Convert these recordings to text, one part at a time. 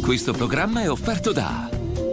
Questo programma è offerto da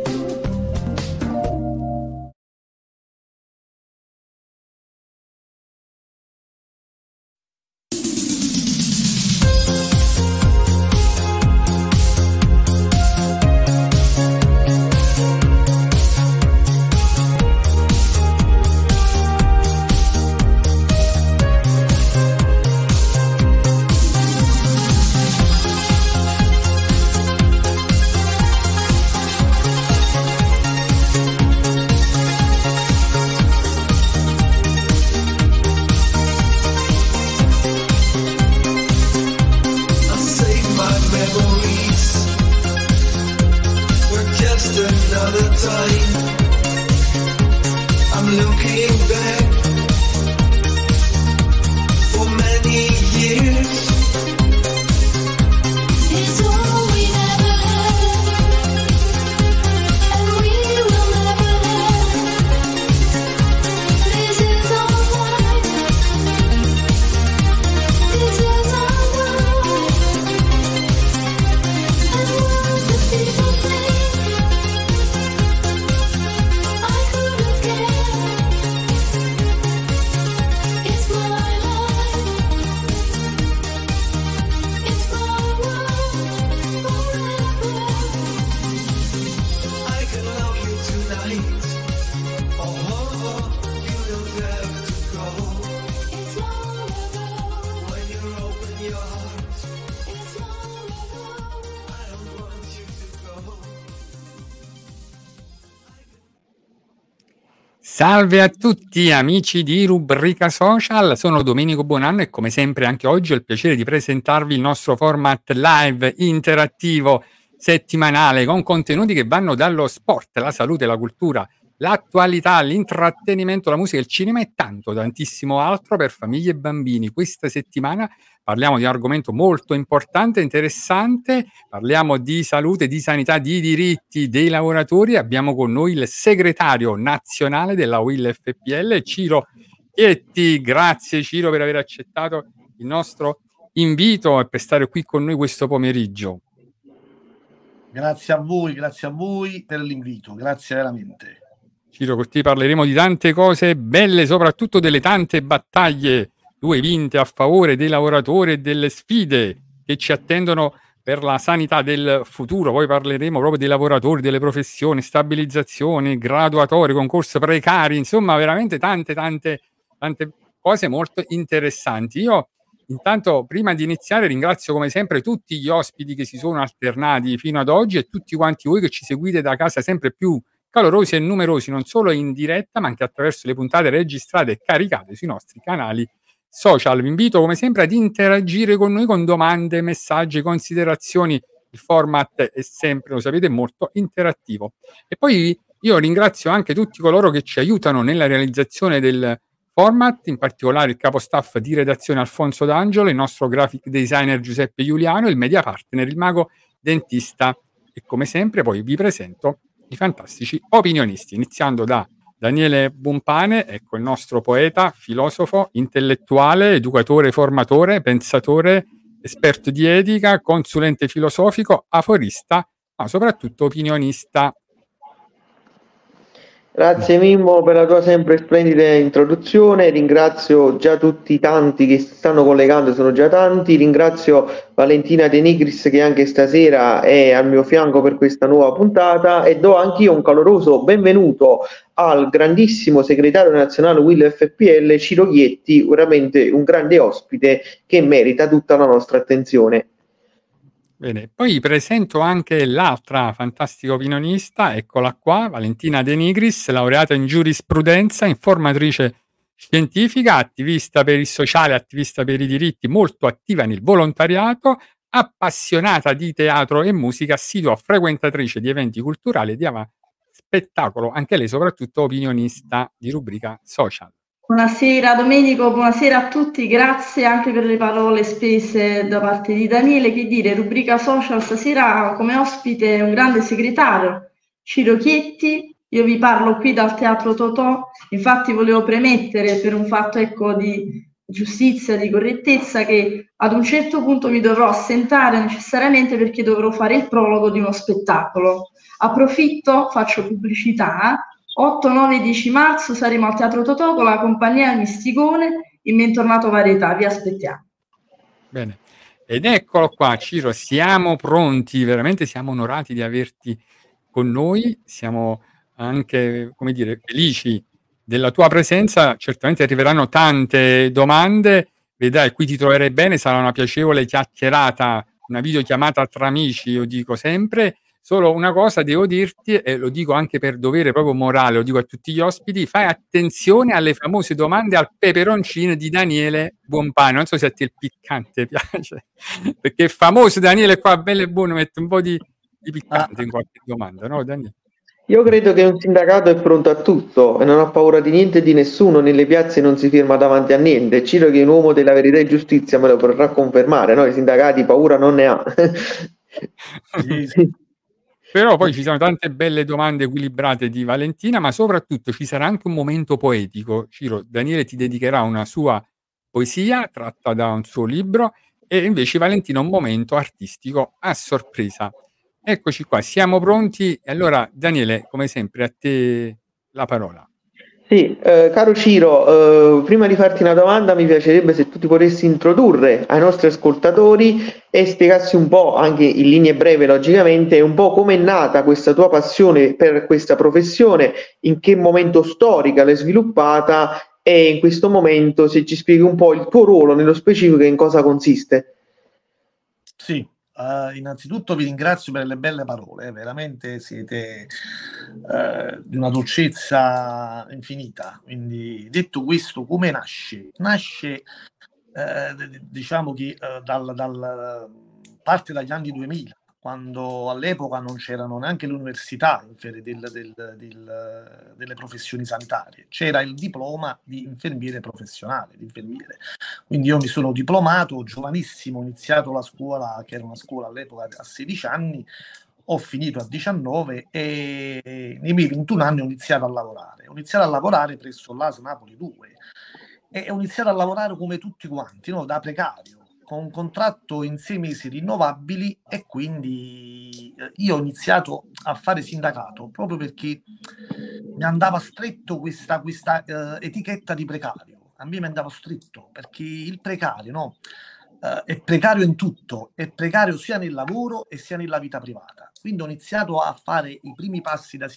Salve a tutti amici di Rubrica Social, sono Domenico Buonanno e come sempre anche oggi ho il piacere di presentarvi il nostro format live interattivo settimanale con contenuti che vanno dallo sport, la salute, la cultura, l'attualità, l'intrattenimento, la musica, il cinema e tantissimo altro per famiglie e bambini. Questa settimana parliamo di un argomento molto importante e interessante, parliamo di salute, di sanità, di diritti dei lavoratori. Abbiamo con noi il segretario nazionale della UIL FPL, Ciro Chietti. Grazie Ciro per aver accettato il nostro invito e per stare qui con noi questo pomeriggio. Grazie a voi per l'invito, grazie veramente. Ciro, con te parleremo di tante cose belle, soprattutto delle tante battaglie tue vinte a favore dei lavoratori e delle sfide che ci attendono per la sanità del futuro. Poi parleremo proprio dei lavoratori, delle professioni, stabilizzazione, graduatorie, concorsi precari, insomma veramente tante cose molto interessanti. Io intanto prima di iniziare ringrazio come sempre tutti gli ospiti che si sono alternati fino ad oggi e tutti quanti voi che ci seguite da casa sempre più calorosi e numerosi, non solo in diretta ma anche attraverso le puntate registrate e caricate sui nostri canali social. Vi invito come sempre ad interagire con noi con domande, messaggi, considerazioni. Il format è sempre, lo sapete, molto interattivo. E poi io ringrazio anche tutti coloro che ci aiutano nella realizzazione del format, in particolare il capo staff di redazione Alfonso D'Angelo, il nostro graphic designer Giuseppe Giuliano, il media partner, il mago dentista. E come sempre poi vi presento i fantastici opinionisti, iniziando da Daniele Bumpane, ecco il nostro poeta, filosofo, intellettuale, educatore, formatore, pensatore, esperto di etica, consulente filosofico, aforista, ma soprattutto opinionista. Grazie Mimmo per la tua sempre splendida introduzione, ringrazio già tutti i tanti che stanno collegando, sono già tanti, ringrazio Valentina De Nigris che anche stasera è al mio fianco per questa nuova puntata e do anch'io un caloroso benvenuto al grandissimo segretario nazionale UIL FPL Ciro Chietti, veramente un grande ospite che merita tutta la nostra attenzione. Bene, poi presento anche l'altra fantastica opinionista, eccola qua, Valentina De Nigris, laureata in giurisprudenza, informatrice scientifica, attivista per il sociale, attivista per i diritti, molto attiva nel volontariato, appassionata di teatro e musica, assidua frequentatrice di eventi culturali e di spettacolo, anche lei soprattutto opinionista di Rubrica Social. Buonasera Domenico, buonasera a tutti, grazie anche per le parole spese da parte di Daniele. Che dire, Rubrica Social stasera come ospite un grande segretario, Ciro Chietti. Io vi parlo qui dal Teatro Totò, infatti volevo premettere per un fatto di giustizia, di correttezza, che ad un certo punto mi dovrò assentare necessariamente perché dovrò fare il prologo di uno spettacolo. Approfitto, faccio pubblicità. 8, 9 e 10 marzo saremo al Teatro Totò con la compagnia Misticone in Bentornato Varietà. Vi aspettiamo. Bene. Ed eccolo qua, Ciro, siamo pronti, veramente siamo onorati di averti con noi, siamo anche, come dire, felici della tua presenza. Certamente arriveranno tante domande, vedrai, qui ti troverai bene, sarà una piacevole chiacchierata, una videochiamata tra amici, io dico sempre. Solo una cosa devo dirti, e lo dico anche per dovere proprio morale, lo dico a tutti gli ospiti: fai attenzione alle famose domande al peperoncino di Daniele Buonpane. Non so se a te il piccante piace, perché è famoso Daniele qua, bello e buono, mette un po' di piccante in qualche domanda, no Daniele? Io credo che un sindacato è pronto a tutto e non ha paura di niente e di nessuno, nelle piazze non si ferma davanti a niente. Ciro, che è un uomo della verità e giustizia, me lo potrà confermare, no? I sindacati paura non ne ha. Sì. Però poi ci sono tante belle domande equilibrate di Valentina, ma soprattutto ci sarà anche un momento poetico. Ciro, Daniele ti dedicherà una sua poesia tratta da un suo libro e invece Valentina un momento artistico a sorpresa. Eccoci qua, siamo pronti. E allora, Daniele, come sempre, a te la parola. Sì, caro Ciro, prima di farti una domanda mi piacerebbe se tu ti potessi introdurre ai nostri ascoltatori e spiegassi un po', anche in linee brevi logicamente, un po' come è nata questa tua passione per questa professione, in che momento storico l'hai sviluppata e in questo momento se ci spieghi un po' il tuo ruolo nello specifico e in cosa consiste. Sì. Innanzitutto vi ringrazio per le belle parole, veramente siete di una dolcezza infinita. Quindi, detto questo, come nasce? Nasce diciamo che parte dagli anni 2000, quando all'epoca non c'erano neanche le università delle professioni sanitarie, c'era il diploma di infermiere professionale, di infermiere. Quindi io mi sono diplomato giovanissimo, ho iniziato la scuola, che era una scuola all'epoca a 16 anni, ho finito a 19 e nei miei 21 anni ho iniziato a lavorare. Ho iniziato a lavorare presso l'AS Napoli 2 e ho iniziato a lavorare come tutti quanti, no? Da precario, con un contratto in 6 mesi rinnovabili, e quindi io ho iniziato a fare sindacato proprio perché mi andava stretto questa etichetta di precario. A me mi andava stretto perché il precario, no? È precario in tutto, è precario sia nel lavoro e sia nella vita privata. Quindi ho iniziato a fare i primi passi da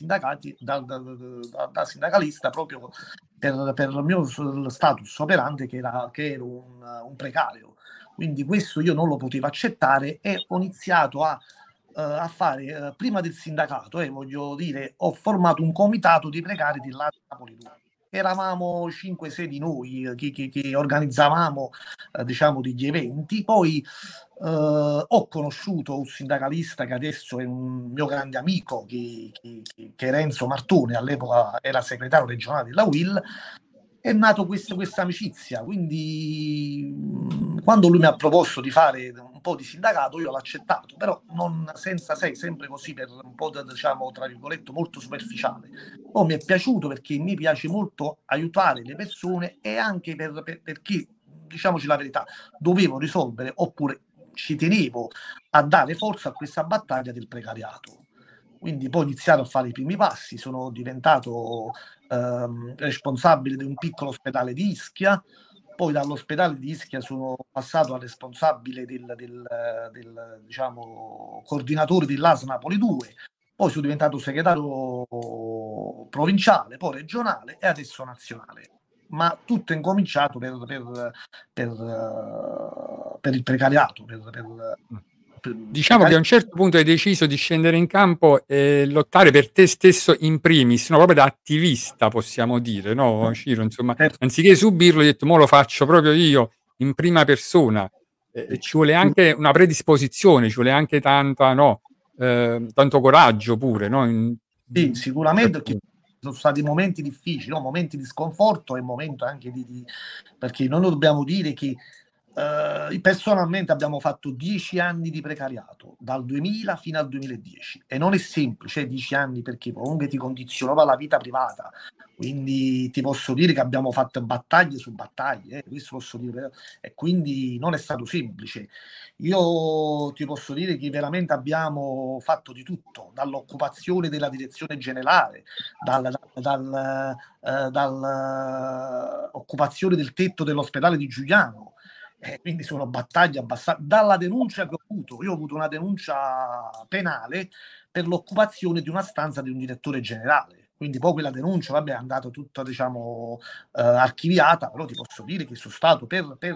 sindacalista proprio per il mio status operante, che ero un precario. Quindi questo io non lo potevo accettare e ho iniziato a fare, prima del sindacato, voglio dire, ho formato un comitato di precari della Napoli 2. Eravamo 5-6 di noi che organizzavamo diciamo degli eventi. Poi ho conosciuto un sindacalista che adesso è un mio grande amico, che è Renzo Martone, all'epoca era segretario regionale della UIL. È nato questa amicizia, quindi quando lui mi ha proposto di fare un po' di sindacato io l'ho accettato, però non senza sé, sempre così, per un po' diciamo tra virgolette molto superficiale. Poi mi è piaciuto perché mi piace molto aiutare le persone, e anche perché, diciamoci la verità, dovevo risolvere, oppure ci tenevo a dare forza a questa battaglia del precariato. Quindi poi ho iniziato a fare i primi passi, sono diventato responsabile di un piccolo ospedale di Ischia, poi dall'ospedale di Ischia sono passato a responsabile del diciamo coordinatore dell'AS Napoli 2, poi sono diventato segretario provinciale, poi regionale e adesso nazionale. Ma tutto è incominciato per il precariato, Diciamo che a un certo punto hai deciso di scendere in campo e lottare per te stesso in primis, no? Proprio da attivista, possiamo dire, no, Ciro? Insomma, anziché subirlo, hai detto, mo lo faccio proprio io, in prima persona. Ci vuole anche una predisposizione, ci vuole anche tanto coraggio pure, no? Sì, sicuramente, perché sono stati momenti difficili, no? Momenti di sconforto e momenti anche perché noi dobbiamo dire che Personalmente abbiamo fatto 10 anni di precariato, dal 2000 fino al 2010, e non è semplice 10 anni, perché comunque ti condizionava la vita privata, quindi ti posso dire che abbiamo fatto battaglie su battaglie, questo posso dire, e quindi non è stato semplice. Io ti posso dire che veramente abbiamo fatto di tutto, dall'occupazione della direzione generale, dall'occupazione del tetto dell'ospedale di Giuliano. Quindi sono battaglie abbastanza. Dalla denuncia che ho avuto, io ho avuto una denuncia penale per l'occupazione di una stanza di un direttore generale. Quindi poi quella denuncia, vabbè, è andata tutta, diciamo, archiviata, però ti posso dire che sono stato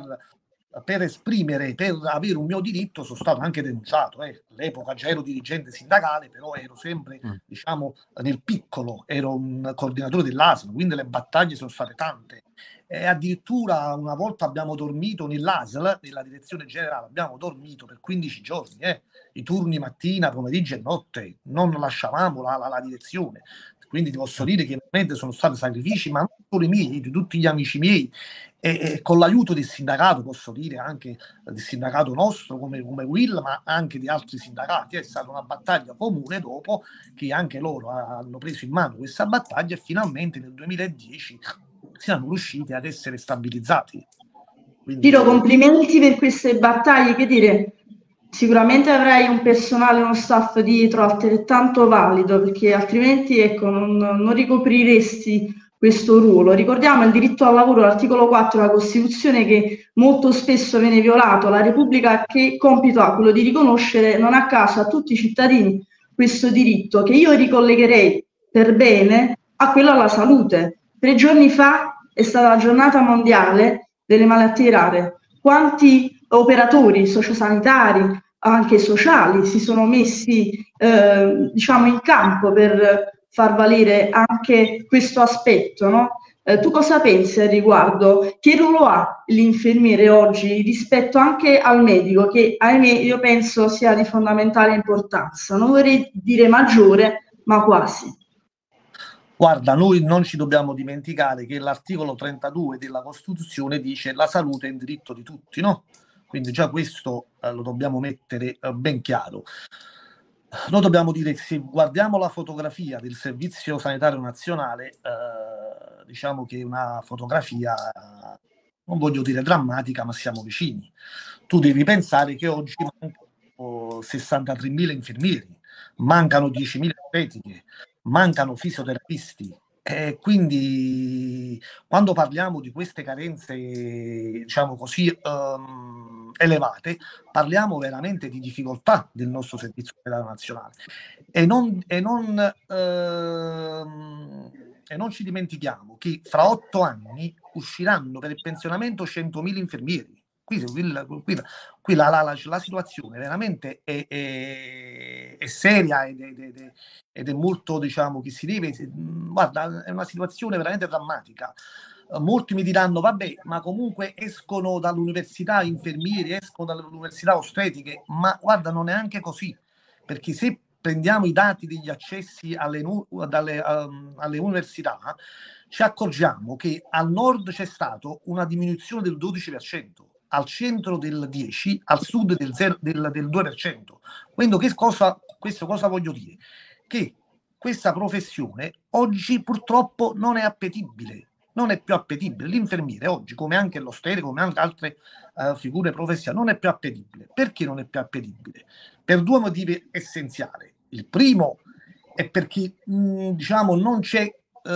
per esprimere, per avere un mio diritto, sono stato anche denunciato. All'epoca già ero dirigente sindacale, però ero sempre, diciamo, nel piccolo, ero un coordinatore dell'ASL, quindi le battaglie sono state tante. E addirittura una volta abbiamo dormito nell'ASL, nella direzione generale, abbiamo dormito per 15 giorni, i turni mattina, pomeriggio e notte, non lasciavamo la direzione. Quindi ti posso dire che veramente sono stati sacrifici, ma non solo i miei, di tutti gli amici miei, e con l'aiuto del sindacato, posso dire anche del sindacato nostro come Will, ma anche di altri sindacati. È stata una battaglia comune, dopo che anche loro hanno preso in mano questa battaglia, e finalmente nel 2010 siamo riusciti ad essere stabilizzati. Quindi, Ciro, complimenti per queste battaglie. Che dire, sicuramente avrai un personale, uno staff dietro altrettanto valido, perché altrimenti, ecco, non ricopriresti questo ruolo. Ricordiamo il diritto al lavoro, l'articolo 4 della Costituzione, che molto spesso viene violato. La Repubblica che compito ha? Quello di riconoscere, non a caso, a tutti i cittadini questo diritto, che io ricollegherei per bene a quello alla salute. 3 giorni fa è stata la giornata mondiale delle malattie rare. Quanti operatori sociosanitari, anche sociali, si sono messi diciamo in campo per far valere anche questo aspetto, no? Tu cosa pensi al riguardo? Che ruolo ha l'infermiere oggi rispetto anche al medico, che ahimè io penso sia di fondamentale importanza? Non vorrei dire maggiore, ma quasi. Guarda, noi non ci dobbiamo dimenticare che l'articolo 32 della Costituzione dice la salute è un diritto di tutti, no? Quindi già questo lo dobbiamo mettere ben chiaro. Noi dobbiamo dire che se guardiamo la fotografia del Servizio Sanitario Nazionale, diciamo che è una fotografia, non voglio dire drammatica, ma siamo vicini. Tu devi pensare che oggi mancano 63.000 infermieri, mancano 10.000 estetiche, mancano fisioterapisti, quindi quando parliamo di queste carenze, diciamo così, elevate, parliamo veramente di difficoltà del nostro Servizio Sanitario Nazionale, e non ci dimentichiamo che fra 8 anni usciranno per il pensionamento 100.000 infermieri. Qui la situazione veramente è seria ed è molto, diciamo, che si deve, guarda, è una situazione veramente drammatica. Molti mi diranno, vabbè, ma comunque escono dall'università infermieri, escono dall'università ostetriche, ma guarda, non è anche così, perché se prendiamo i dati degli accessi alle università, ci accorgiamo che al nord c'è stata una diminuzione del 12%, al centro del 10%, al sud del 2%. Quindi questo cosa voglio dire? Che questa professione oggi purtroppo non è appetibile, non è più appetibile. L'infermiere oggi, come anche l'ostetrico, come anche altre figure professionali, non è più appetibile. Perché non è più appetibile? Per 2 motivi essenziali. Il primo è perché diciamo non c'è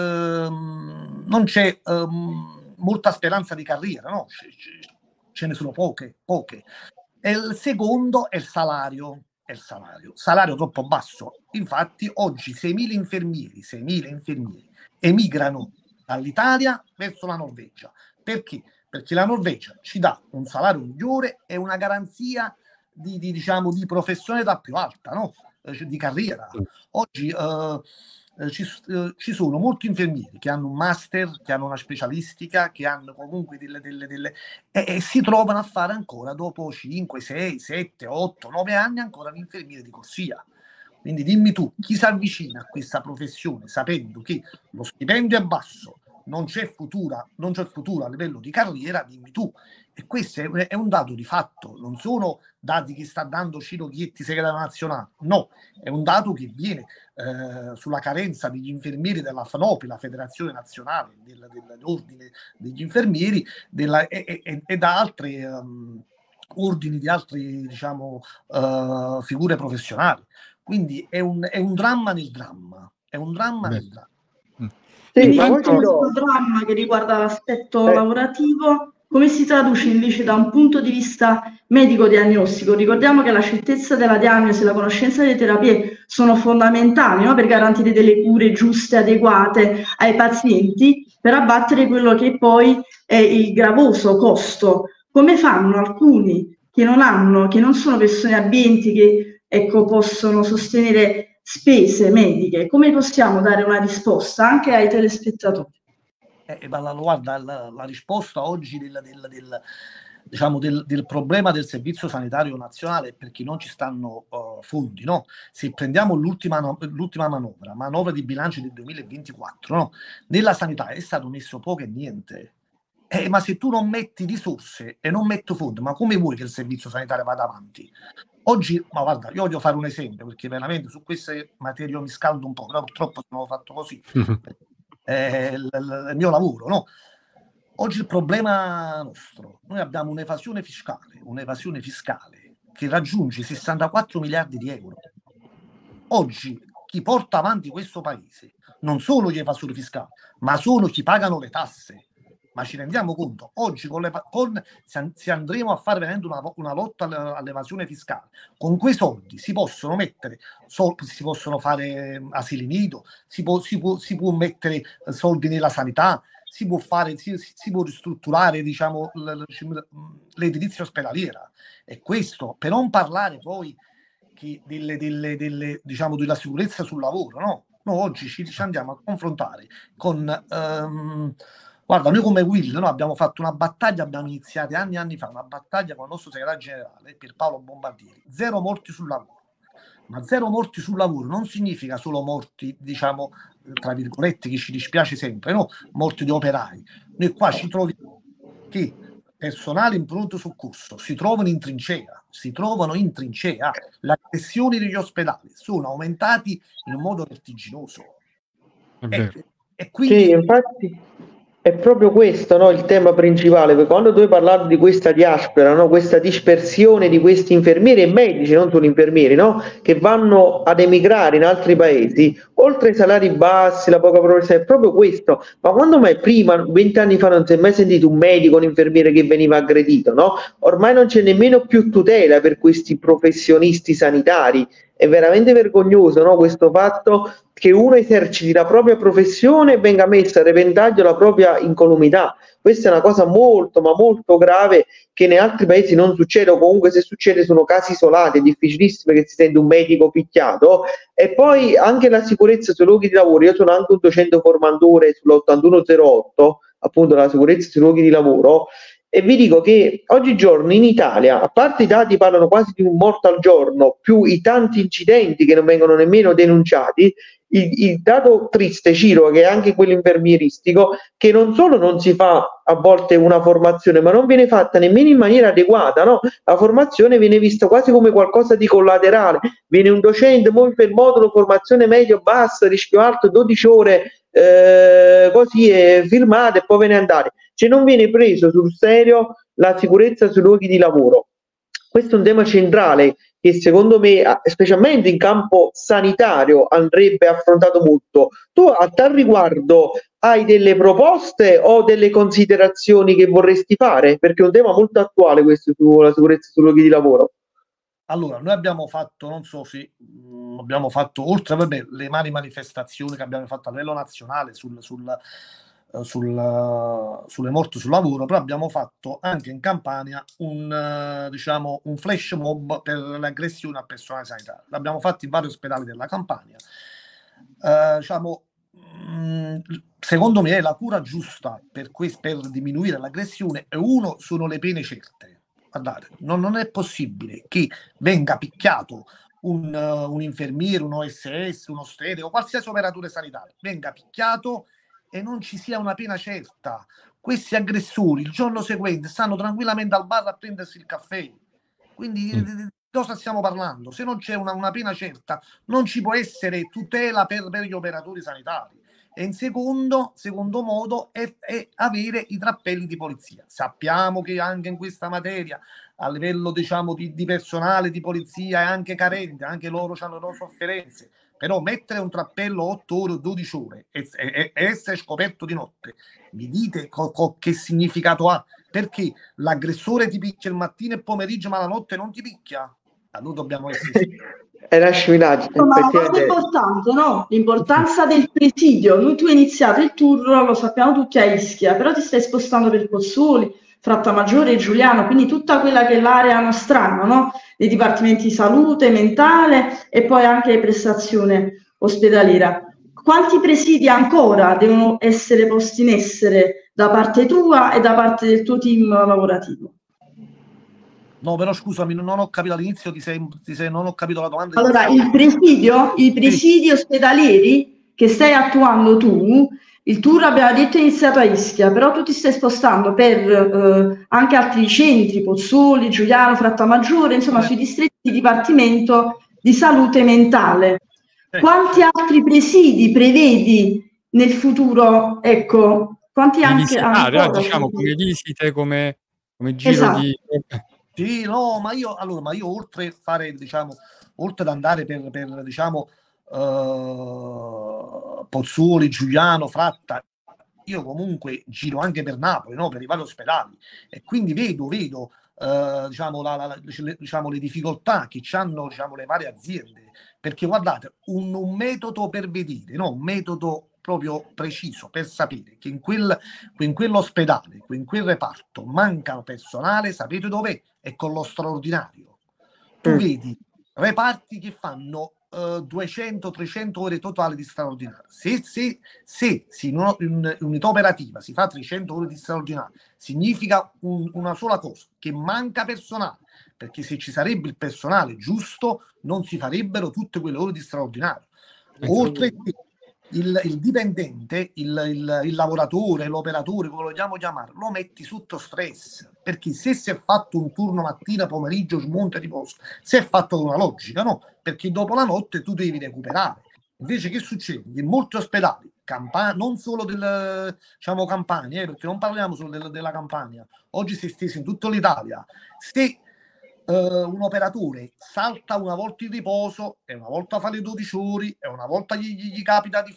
molta speranza di carriera, no? Ce ne sono poche. E il secondo è il salario. Salario troppo basso. Infatti oggi 6.000 infermieri emigrano dall'Italia verso la Norvegia. Perché? Perché la Norvegia ci dà un salario migliore e una garanzia di professionalità più alta, no? Di carriera. Oggi ci sono molti infermieri che hanno un master, che hanno una specialistica, che hanno comunque e si trovano a fare ancora, dopo 5, 6, 7, 8, 9 anni, ancora l'infermiere di corsia. Quindi dimmi tu, chi si avvicina a questa professione sapendo che lo stipendio è basso, non c'è futuro a livello di carriera, dimmi tu. E questo è un dato di fatto, non sono dati che sta dando Ciro Chietti, segretario nazionale, no, è un dato che viene sulla carenza degli infermieri della FNOPI, la Federazione Nazionale dell'Ordine degli Infermieri, e da altri ordini di altri, diciamo, figure professionali. Quindi è un dramma nel dramma, è un dramma nel dramma. Quindi questo dramma che riguarda l'aspetto lavorativo, come si traduce invece da un punto di vista medico-diagnostico? Ricordiamo che la certezza della diagnosi e la conoscenza delle terapie sono fondamentali, no? Per garantire delle cure giuste, adeguate ai pazienti, per abbattere quello che poi è il gravoso costo. Come fanno alcuni che non sono persone abbienti, che possono sostenere spese mediche? Come possiamo dare una risposta anche ai telespettatori? Guarda, la risposta oggi del problema del servizio sanitario nazionale è perché non ci stanno fondi, no? Se prendiamo l'ultima manovra di bilancio del 2024, no? Nella sanità è stato messo poco e niente. Ma se tu non metti risorse e non metti fondi, ma come vuoi che il servizio sanitario vada avanti? Oggi, ma guarda, io voglio fare un esempio, perché veramente su queste materie io mi scaldo un po', però purtroppo sono fatto così. Il mio lavoro, no? Oggi il problema nostro, noi abbiamo un'evasione fiscale che raggiunge 64 miliardi di euro. Oggi chi porta avanti questo paese non sono gli evasori fiscali, ma sono chi pagano le tasse. Ma ci rendiamo conto? Oggi se andremo a fare veramente una lotta all'evasione fiscale, con quei soldi si possono mettere, si possono fare asili nido, si può mettere soldi nella sanità, si può ristrutturare, diciamo, l'edilizia ospedaliera. E questo, per non parlare poi che diciamo, della sicurezza sul lavoro, no? Noi oggi ci andiamo a confrontare con... Guarda, noi come Will abbiamo fatto una battaglia, abbiamo iniziato anni e anni fa, una battaglia con il nostro segretario generale, Pierpaolo Bombardieri, 0 morti sul lavoro. Ma 0 morti sul lavoro non significa solo morti, diciamo, tra virgolette, che ci dispiace sempre, no? Morti di operai. Noi qua ci troviamo che personale in pronto soccorso si trovano in trincea. Le aggressioni degli ospedali sono aumentati in un modo vertiginoso. E quindi... Sì, infatti... È proprio questo, no, il tema principale, perché quando tu hai parlato di questa diaspora, no, questa dispersione di questi infermieri e medici, non solo infermieri, no, che vanno ad emigrare in altri paesi, oltre ai salari bassi, la poca professionalità, è proprio questo. Ma quando mai prima, 20 anni fa, non si è mai sentito un medico, un infermiere che veniva aggredito, no? Ormai non c'è nemmeno più tutela per questi professionisti sanitari. È veramente vergognoso, no, questo fatto che uno eserciti la propria professione e venga messa a repentaglio la propria incolumità. Questa è una cosa molto, ma molto grave, che in altri paesi non succede, o comunque se succede sono casi isolati, è difficilissimo che si senta un medico picchiato. E poi anche la sicurezza sui luoghi di lavoro. Io sono anche un docente formatore sull'8108, appunto la sicurezza sui luoghi di lavoro, e vi dico che oggigiorno in Italia, a parte i dati parlano quasi di un morto al giorno, più i tanti incidenti che non vengono nemmeno denunciati, il dato triste, Ciro, che è anche quello infermieristico, che non solo non si fa a volte una formazione, ma non viene fatta nemmeno in maniera adeguata, no? La formazione viene vista quasi come qualcosa di collaterale. Viene un docente, poi per modulo formazione medio, basso, rischio alto, 12 ore così firmate e poi ve ne andate. Cioè non viene preso sul serio la sicurezza sui luoghi di lavoro. Questo è un tema centrale che secondo me, specialmente in campo sanitario, andrebbe affrontato molto. Tu a tal riguardo hai delle proposte o delle considerazioni che vorresti fare? Perché è un tema molto attuale questo sulla sicurezza sui luoghi di lavoro. Allora, noi abbiamo fatto, non so se abbiamo fatto, oltre le varie manifestazioni che abbiamo fatto a livello nazionale sulle morti sul lavoro, però abbiamo fatto anche in Campania un flash mob per l'aggressione al personale sanitario. L'abbiamo fatto in vari ospedali della Campania. Secondo me la cura giusta per diminuire l'aggressione sono le pene certe. Guardate, non è possibile che venga picchiato un infermiere, un OSS, un ostetrico o qualsiasi operatore sanitario, venga picchiato e non ci sia una pena certa, questi aggressori il giorno seguente stanno tranquillamente al bar a prendersi il caffè. Quindi di cosa stiamo parlando? Se non c'è una pena certa, non ci può essere tutela per gli operatori sanitari. E in secondo modo è avere i trappelli di polizia. Sappiamo che anche in questa materia, a livello diciamo di personale di polizia, è anche carente, anche loro hanno le loro sofferenze. Però mettere un trappello 8 ore o 12 ore e essere scoperto di notte, mi dite che significato ha? Perché l'aggressore ti picchia il mattino e pomeriggio, ma la notte non ti picchia? Allora dobbiamo essere È una sceminaggine. Ma la cosa importante, no? L'importanza del presidio. Tu hai iniziato il tour, lo sappiamo tutti, a Ischia, però ti stai spostando per Pozzuoli, Frattamaggiore e Giuliano, quindi tutta quella che è l'area nostrana, no? Dei dipartimenti di salute, mentale e poi anche prestazione ospedaliera. Quanti presidi ancora devono essere posti in essere da parte tua e da parte del tuo team lavorativo? No, però scusami, non ho capito all'inizio, non ho capito la domanda. Allora, i presidi ospedalieri che stai attuando tu, il tour abbiamo detto è iniziato a Ischia, però tu ti stai spostando per anche altri centri, Pozzuoli, Giuliano, Frattamaggiore, insomma sui distretti di dipartimento di salute mentale. Quanti altri presidi prevedi nel futuro? Ecco, quanti anche ancora, diciamo, come visite, come giro esatto. di... Sì, no, ma io oltre fare, diciamo, oltre ad andare per diciamo Pozzuoli, Giuliano, Fratta, io comunque giro anche per Napoli, no? Per i vari ospedali, e quindi vedo diciamo, diciamo le difficoltà che hanno, diciamo, le varie aziende, perché guardate, un metodo per vedere, no? Un metodo proprio preciso per sapere che in quell'ospedale, in quel reparto manca personale, sapete dov'è? È con lo straordinario. Tu vedi reparti che fanno 200-300 ore totali di straordinario. Se in unità operativa si fa 300 ore di straordinario, significa una sola cosa, che manca personale, perché se ci sarebbe il personale giusto non si farebbero tutte quelle ore di straordinario. Oltre che il dipendente, il lavoratore, l'operatore, come lo vogliamo chiamare, lo metti sotto stress, perché se si è fatto un turno mattina, pomeriggio, smonta, riposo, si è fatto con una logica, no? Perché dopo la notte tu devi recuperare. Invece che succede? Che in molti ospedali, non solo diciamo Campania, perché non parliamo solo della Campania, oggi si è esteso in tutta l'Italia, se un operatore salta una volta in riposo e una volta fa le 12 ore e una volta gli capita di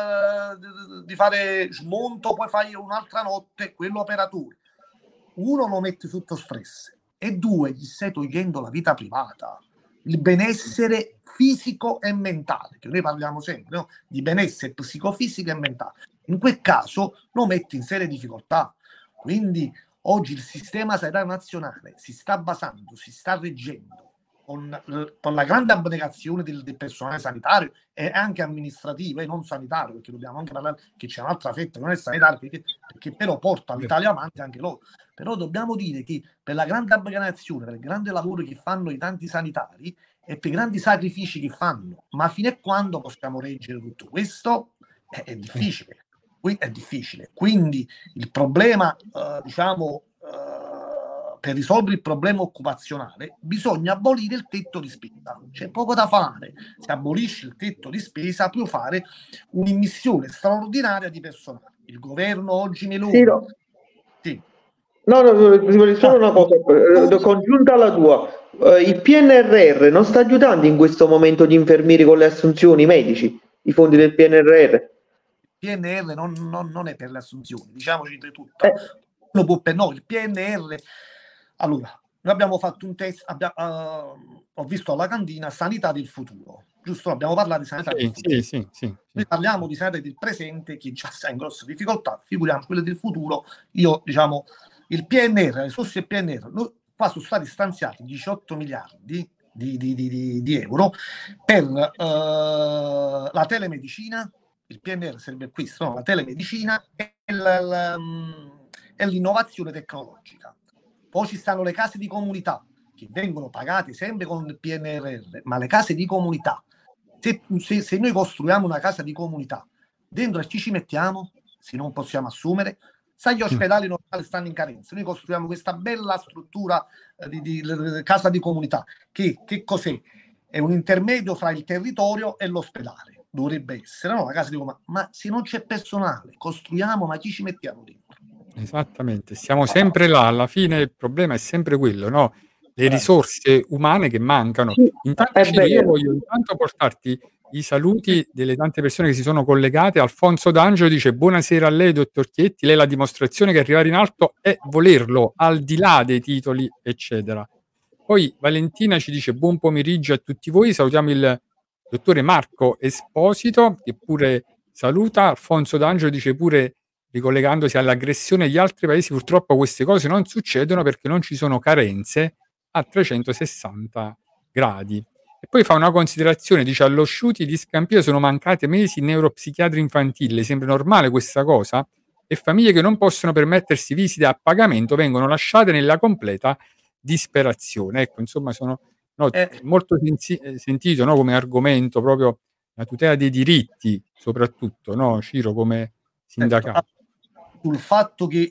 fare smonto, poi fai un'altra notte, quell'operatore, uno lo mette sotto stress e due gli stai togliendo la vita privata, il benessere fisico e mentale, che noi parliamo sempre, no? Di benessere psicofisico e mentale. In quel caso lo metti in serie difficoltà. Quindi oggi il sistema sanitario nazionale si sta basando, si sta reggendo con la grande abnegazione del personale sanitario e anche amministrativo e non sanitario, perché dobbiamo anche parlare che c'è un'altra fetta che non è sanitaria, perché però porta l'Italia avanti anche loro. Però dobbiamo dire che per la grande abnegazione, per il grande lavoro che fanno i tanti sanitari e per i grandi sacrifici che fanno, ma fino a quando possiamo reggere tutto questo? È difficile. È difficile. Quindi il problema, diciamo, per risolvere il problema occupazionale bisogna abolire il tetto di spesa. C'è poco da fare. Se abolisci il tetto di spesa puoi fare un'immissione straordinaria di personale. Il governo oggi Meloni... Sì. No, solo una cosa congiunta alla tua. Il PNRR non sta aiutando in questo momento gli infermieri con le assunzioni medici, i fondi del PNRR? PNR non è per le assunzioni, diciamoci di tutto. No, il PNR, allora, noi abbiamo fatto un test, ho visto alla cantina Sanità del futuro, giusto? Abbiamo parlato di sanità del futuro. Sì. Noi parliamo di sanità del presente che già sta in grosse difficoltà, figuriamo quelle del futuro. Io, diciamo, il PNR, le risorse del PNR, qua sono stati stanziati 18 miliardi di euro per la telemedicina. Il PNR serve a questo, no? La telemedicina e l'innovazione tecnologica. Poi ci stanno le case di comunità che vengono pagate sempre con il PNRR, ma le case di comunità, se noi costruiamo una casa di comunità, dentro chi ci mettiamo? se non possiamo assumere? Sai, gli ospedali normali stanno in carenza, noi costruiamo questa bella struttura di casa di comunità, che cos'è? È un intermedio fra il territorio e l'ospedale, dovrebbe essere, no? La casa di comunità. Ma se non c'è personale, costruiamo, ma chi ci mettiamo dentro? Esattamente, siamo sempre là, alla fine il problema è sempre quello, no? Le risorse umane che mancano. Intanto, Ciro, io voglio intanto portarti i saluti delle tante persone che si sono collegate. Alfonso D'Angelo dice: buonasera a lei, dottor Chietti, lei è la dimostrazione che arrivare in alto è volerlo, al di là dei titoli, eccetera. Poi Valentina ci dice: buon pomeriggio a tutti voi, salutiamo il dottore Marco Esposito, che pure saluta. Alfonso D'Angelo dice pure, ricollegandosi all'aggressione degli altri paesi, purtroppo queste cose non succedono perché non ci sono carenze a 360 gradi. E poi fa una considerazione, dice: allo shooting di Scampia sono mancati mesi neuropsichiatri infantili, le sembra normale questa cosa? E famiglie che non possono permettersi visite a pagamento vengono lasciate nella completa disperazione. Ecco, insomma, sono molto sentito, no, come argomento proprio la tutela dei diritti, soprattutto, no, Ciro, come sindacato. Sul fatto che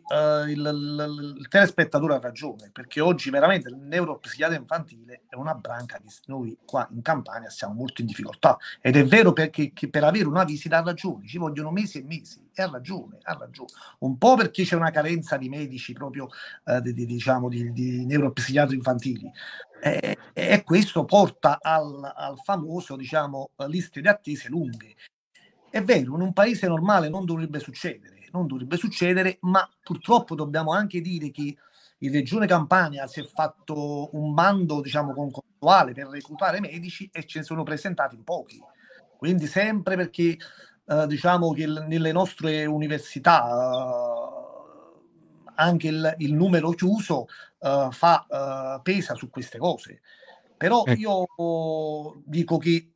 il telespettatore ha ragione, perché oggi veramente il neuropsichiatra infantile è una branca che noi qua in Campania siamo molto in difficoltà, ed è vero, perché che per avere una visita ha ragione, ci vogliono mesi e mesi, e ha ragione, un po' perché c'è una carenza di medici proprio di neuropsichiatri infantili, e questo porta al famoso, diciamo, liste di attese lunghe. È vero, in un paese normale non dovrebbe succedere, ma purtroppo dobbiamo anche dire che in Regione Campania si è fatto un bando, diciamo, concorsuale per reclutare medici e ce ne sono presentati in pochi. Quindi sempre perché diciamo che nelle nostre università anche il numero chiuso pesa su queste cose. Però io dico che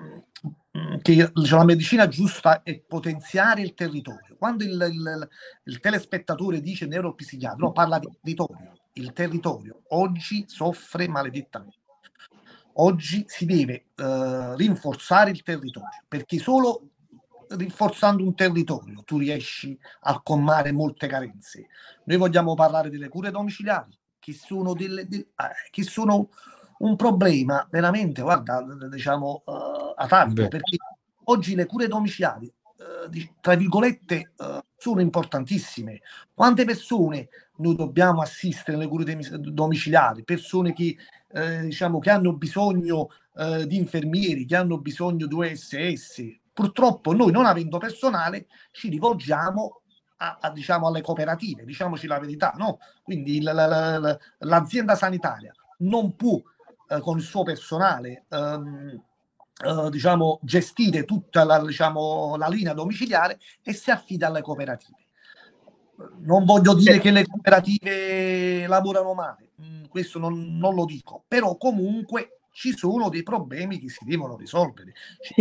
la medicina giusta è potenziare il territorio. Quando il telespettatore dice neuropsichiatra, parla di territorio. Il territorio oggi soffre maledettamente. Oggi si deve rinforzare il territorio, perché solo rinforzando un territorio tu riesci a colmare molte carenze. Noi vogliamo parlare delle cure domiciliari, che sono che sono un problema veramente, guarda, diciamo, atavico, perché oggi le cure domiciliari, tra virgolette, sono importantissime. Quante persone noi dobbiamo assistere nelle cure domiciliari? Persone che, diciamo, che hanno bisogno di infermieri, che hanno bisogno di OSS. Purtroppo noi, non avendo personale, ci rivolgiamo diciamo, alle cooperative, diciamoci la verità, no? Quindi l'azienda sanitaria non può con il suo personale diciamo, gestire tutta la linea domiciliare, e si affida alle cooperative. Non voglio dire che le cooperative lavorano male, questo non lo dico, però comunque ci sono dei problemi che si devono risolvere.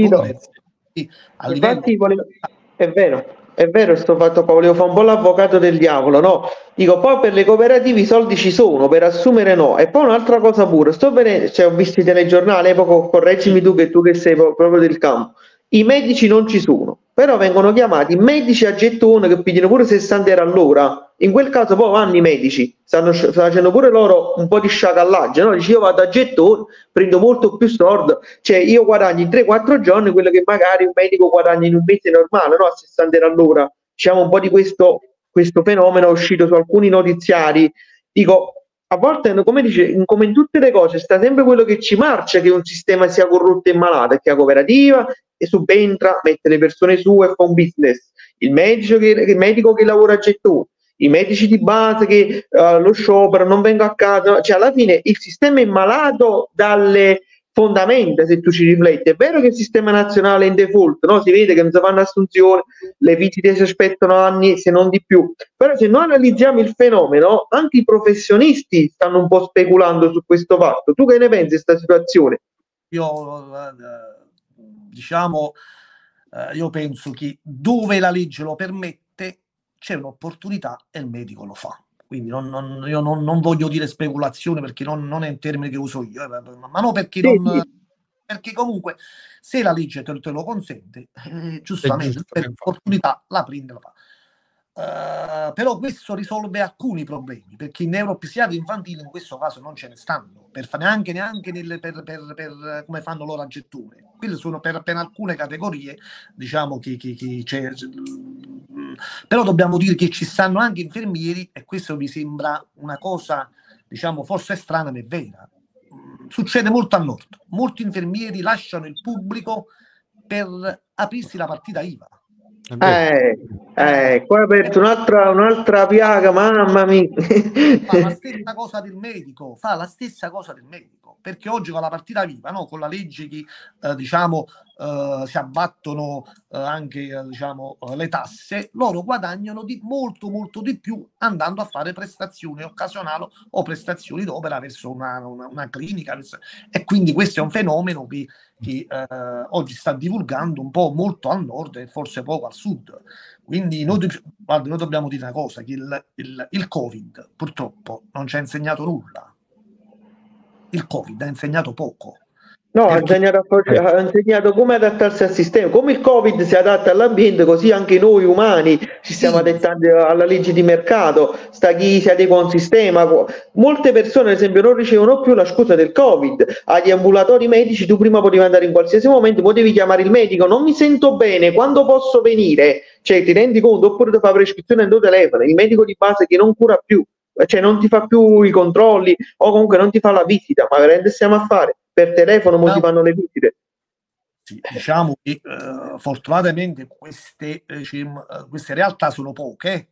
Infatti è vero sto fatto qua, volevo fare un po' l'avvocato del diavolo, no? Dico, poi per le cooperative i soldi ci sono, per assumere no. E poi un'altra cosa pure, ho visto i telegiornali, poco, correggimi tu che sei proprio del campo, i medici non ci sono, però vengono chiamati medici a gettone che pigliano pure 60 euro all'ora. In quel caso poi vanno i medici, stanno facendo pure loro un po' di sciacallaggio, no? Dici, io vado a gettone, prendo molto più soldi, cioè io guadagno in 3-4 giorni quello che magari un medico guadagna in un mese normale, no? A 60 euro all'ora. Diciamo un po' di questo fenomeno è uscito su alcuni notiziari. Dico, a volte, come dice, come in tutte le cose, sta sempre quello che ci marcia che un sistema sia corrotto e malato, e che la cooperativa e subentra, mette le persone su e fa un business. Il medico che lavora a gettone, i medici di base che lo sciopero, non vengono a casa, cioè alla fine il sistema è malato dalle fondamenta, se tu ci rifletti. È vero che il sistema nazionale è in default, no? Si vede che non si fanno assunzioni, le visite si aspettano anni se non di più, però se noi analizziamo il fenomeno, anche i professionisti stanno un po' speculando su questo fatto. Tu che ne pensi di questa situazione? Io penso che dove la legge lo permette c'è un'opportunità e il medico lo fa. Quindi io non voglio dire speculazione, perché non è un termine che uso io, ma no, perché perché comunque se la legge te lo consente, giustamente l'opportunità la prende, la fa. Però questo risolve alcuni problemi, perché i neuropsichiatri infantili in questo caso non ce ne stanno, neanche per come fanno loro a gettone. Quelle sono per alcune categorie, diciamo che c'è. Però dobbiamo dire che ci stanno anche infermieri, e questo mi sembra una cosa, diciamo, forse strana ma è vera. Succede molto al nord, molti infermieri lasciano il pubblico per aprirsi la partita IVA. Qua è aperto un'altra piaga, mamma mia. Fa la stessa cosa del medico, perché oggi con la partita IVA, no? Con la legge che si abbattono anche le tasse, loro guadagnano molto di più andando a fare prestazioni occasionali o prestazioni d'opera verso una clinica, e quindi questo è un fenomeno che oggi sta divulgando un po' molto al nord e forse poco al sud. Quindi noi dobbiamo dire una cosa, che il Covid purtroppo non ci ha insegnato nulla. Il Covid ha insegnato poco. No, ha insegnato come adattarsi al sistema. Come il Covid si adatta all'ambiente, così anche noi umani ci stiamo adattando alla legge di mercato. Sta chi si adegua a un sistema. Molte persone, ad esempio, non ricevono più la scusa del Covid. Agli ambulatori medici tu prima potevi andare in qualsiasi momento, potevi chiamare il medico, non mi sento bene, quando posso venire? Cioè, ti rendi conto? Oppure ti fa prescrizione nel tuo telefono, il medico di base che non cura più, cioè non ti fa più i controlli o comunque non ti fa la visita, ma veramente stiamo a fare? Per telefono ti fanno le visite. Sì, diciamo che fortunatamente queste realtà sono poche.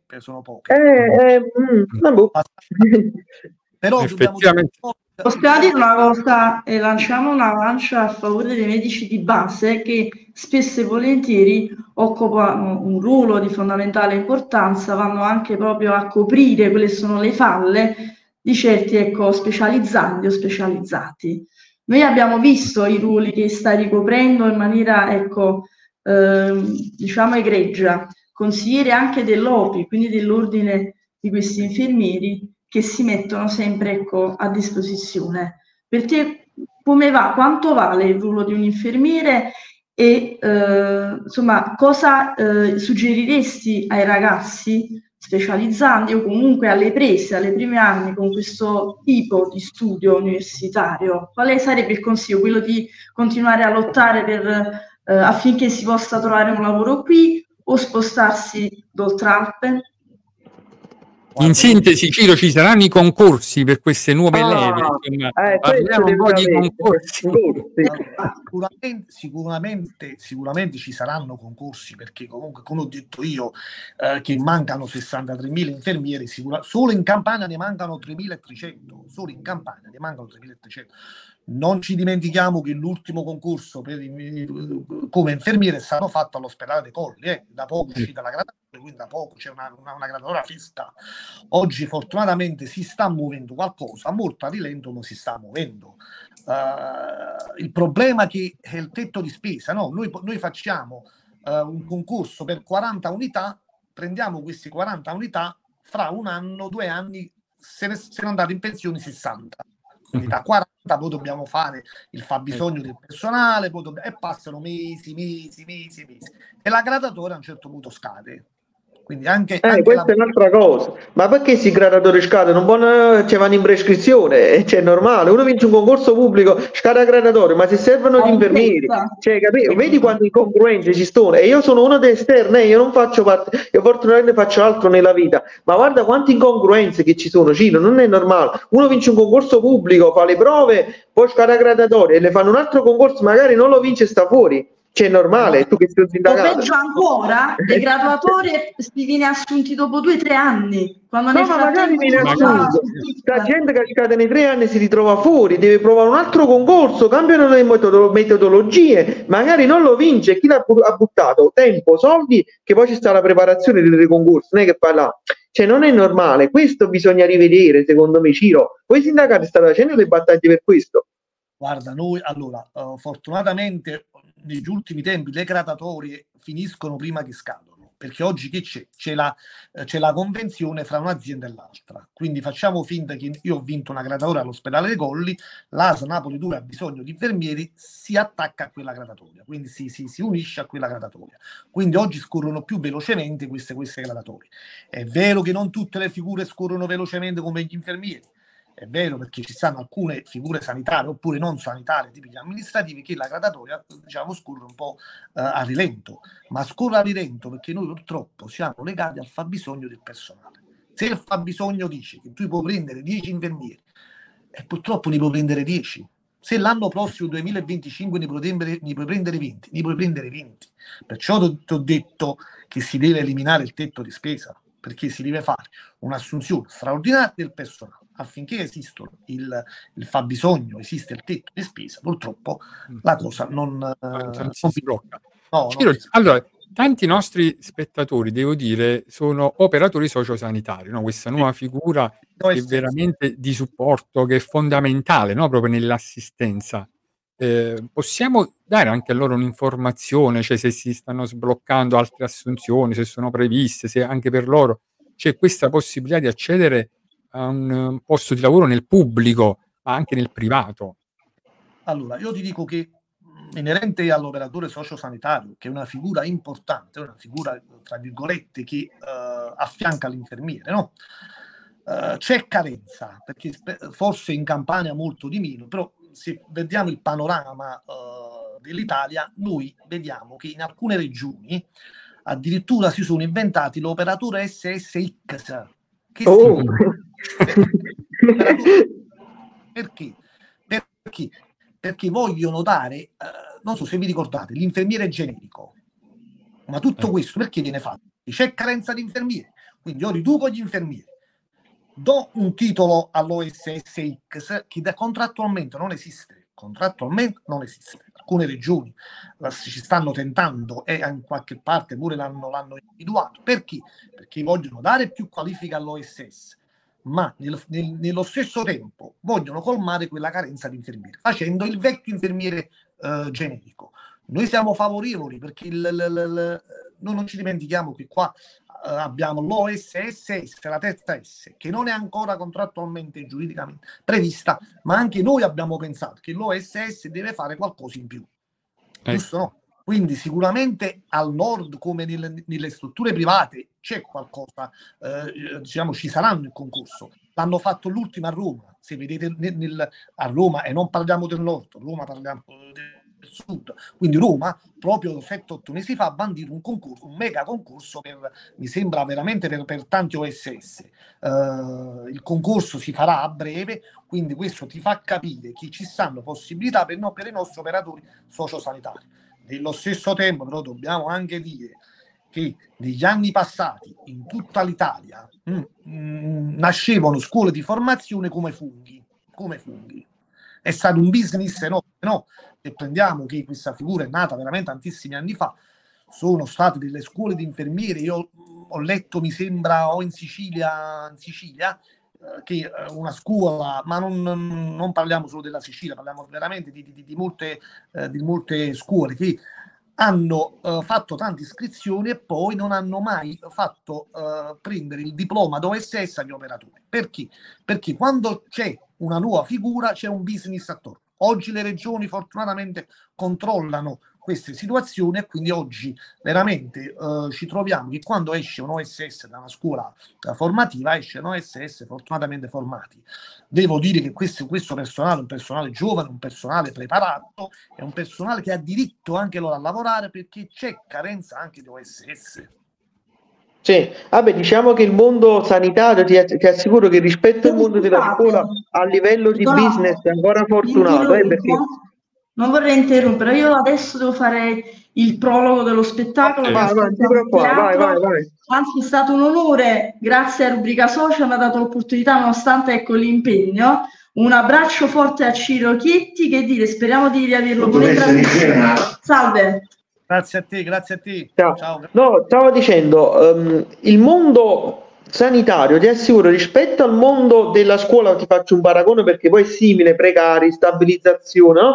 Però effettivamente. Possiamo dire una cosa e lanciamo una lancia a favore dei medici di base che spesso e volentieri occupano un ruolo di fondamentale importanza, vanno anche proprio a coprire quelle sono le falle di certi specializzandi o specializzati. Noi abbiamo visto i ruoli che sta ricoprendo in maniera egregia, consigliere anche dell'OPI, quindi dell'ordine di questi infermieri che si mettono sempre a disposizione. Per te come va? Quanto vale il ruolo di un infermiere e cosa suggeriresti ai ragazzi specializzanti o comunque alle prime armi con questo tipo di studio universitario? Quale sarebbe il consiglio? Quello di continuare a lottare affinché si possa trovare un lavoro qui o spostarsi d'oltralpe? In sintesi, Ciro, ci saranno i concorsi per queste nuove leve? Parliamo un po' di concorsi. Sicuramente ci saranno concorsi, perché comunque, come ho detto io, che mancano 63.000 infermieri, solo in Campania ne mancano 3.300. Non ci dimentichiamo che l'ultimo concorso come infermiere è stato fatto all'ospedale dei Colli, da poco è uscita la graduatoria, quindi da poco c'è una graduatoria fissa. Oggi fortunatamente si sta muovendo qualcosa, molto a rilento, ma si sta muovendo. Il problema è che è il tetto di spesa, no? Noi facciamo un concorso per 40 unità, prendiamo queste 40 unità, fra 1 anno, 2 anni se ne andate in pensione 60. Quindi da 40 poi dobbiamo fare il fabbisogno del personale, e passano mesi e la graduatoria a un certo punto scade. Quindi anche questa è un'altra cosa. Ma perché si graduatori scade? Non vanno in prescrizione, è normale. Uno vince un concorso pubblico, scade a graduatorio, ma se servono gli infermieri, vedi quante incongruenze ci sono. E io sono uno delle esterne, io non faccio parte, io fortunatamente faccio altro nella vita, ma guarda quante incongruenze che ci sono, Ciro, non è normale. Uno vince un concorso pubblico, fa le prove, poi scade a graduatorio e le fanno un altro concorso, magari non lo vince e sta fuori. C'è normale, tu che sei un sindacato. O peggio ancora, le graduatorie si viene assunti dopo 2 o 3 anni. Quando ma magari viene assunto. La gente che scade nei 3 anni si ritrova fuori, deve provare un altro concorso, cambiano le metodologie, magari non lo vince. Chi l'ha buttato? Tempo, soldi, che poi ci sta la preparazione dei concorsi, non è che parla. Cioè non è normale, questo bisogna rivedere, secondo me, Ciro. Voi sindacati state facendo delle battaglie per questo? Guarda, noi fortunatamente negli ultimi tempi le graduatorie finiscono prima che scadono. perché oggi che c'è la convenzione fra un'azienda e l'altra, quindi facciamo finta che io ho vinto una graduatoria all'ospedale dei Colli, l'ASL Napoli 2 ha bisogno di infermieri, si attacca a quella graduatoria, quindi si unisce a quella graduatoria, quindi oggi scorrono più velocemente queste graduatorie. È vero che non tutte le figure scorrono velocemente come gli infermieri, è vero, perché ci stanno alcune figure sanitarie oppure non sanitarie, tipiche amministrative, che la gradatoria, diciamo, scorre un po' a rilento, ma scorre a rilento perché noi purtroppo siamo legati al fabbisogno del personale. Se il fabbisogno dice che tu puoi prendere 10 infermieri, e purtroppo ne puoi prendere 10. Se l'anno prossimo, 2025, ne puoi prendere 20, ne puoi prendere 20. Perciò ti ho detto che si deve eliminare il tetto di spesa, perché si deve fare un'assunzione straordinaria del personale. Affinché esista il fabbisogno, esiste il tetto di spesa, purtroppo la cosa non si blocca. No, allora, tanti nostri spettatori, devo dire, sono operatori sociosanitari, no? Questa nuova figura che è veramente di supporto, che è fondamentale, no? Proprio nell'assistenza. Possiamo dare anche a loro un'informazione, cioè se si stanno sbloccando altre assunzioni, se sono previste, se anche per loro c'è questa possibilità di accedere a un posto di lavoro nel pubblico, ma anche nel privato? Allora, io ti dico che inerente all'operatore sociosanitario, che è una figura importante, una figura tra virgolette che affianca l'infermiere, no? C'è carenza, perché forse in Campania molto di meno, però se vediamo il panorama dell'Italia, noi vediamo che in alcune regioni addirittura si sono inventati l'operatore SSX. Perché vogliono dare, non so se vi ricordate, l'infermiere generico, ma tutto questo perché viene fatto? C'è carenza di infermieri, quindi io riduco gli infermieri, do un titolo all'OSSX che contrattualmente non esiste, alcune regioni ci stanno tentando e in qualche parte pure l'hanno individuato. Perché? Perché vogliono dare più qualifica all'OSS, ma nello stesso tempo vogliono colmare quella carenza di infermieri, facendo il vecchio infermiere generico. Noi siamo favorevoli perché noi non ci dimentichiamo che qua abbiamo l'OSSS, la terza S, che non è ancora contrattualmente e giuridicamente prevista, ma anche noi abbiamo pensato che l'OSS deve fare qualcosa in più. Giusto, no? Quindi sicuramente al nord, come nelle strutture private, c'è qualcosa, diciamo, ci saranno il concorso. L'hanno fatto l'ultimo a Roma, se vedete a Roma, e non parliamo del nord, Roma parliamo del sud. Quindi Roma, proprio 7-8 mesi fa, ha bandito un concorso, un mega concorso, mi sembra veramente per tanti OSS. Il concorso si farà a breve, quindi questo ti fa capire che ci stanno possibilità per i nostri operatori sociosanitari. Nello stesso tempo però dobbiamo anche dire che negli anni passati in tutta l'Italia nascevano scuole di formazione come funghi. È stato un business enorme, no? Se prendiamo che questa figura è nata veramente tantissimi anni fa, sono state delle scuole di infermieri, io ho letto, mi sembra, o in Sicilia, che una scuola, ma non parliamo solo della Sicilia, parliamo veramente di molte scuole che hanno fatto tante iscrizioni e poi non hanno mai fatto prendere il diploma d'OSS agli operatori. Perché? Perché quando c'è una nuova figura c'è un business attorno. Oggi le regioni fortunatamente controllano queste situazioni e quindi oggi veramente ci troviamo che quando esce un OSS da una scuola formativa esce un OSS fortunatamente formati. Devo dire che questo personale è un personale giovane, un personale preparato, è un personale che ha diritto anche loro a lavorare perché c'è carenza anche di OSS. Sì, vabbè, diciamo che il mondo sanitario ti assicuro che rispetto al mondo della scuola a livello di business è ancora fortunato, perché... Non vorrei interrompere, io adesso devo fare il prologo dello spettacolo. Vai. Anzi, è stato un onore, grazie a Rubrica Social, mi ha dato l'opportunità, nonostante l'impegno. Un abbraccio forte a Ciro Chietti, che dire, speriamo di riaverlo pure in trasmissione. Salve. Grazie a te. Ciao. No, stavo dicendo, il mondo sanitario, ti assicuro, rispetto al mondo della scuola, ti faccio un paragone perché poi è simile, precari, stabilizzazione, no?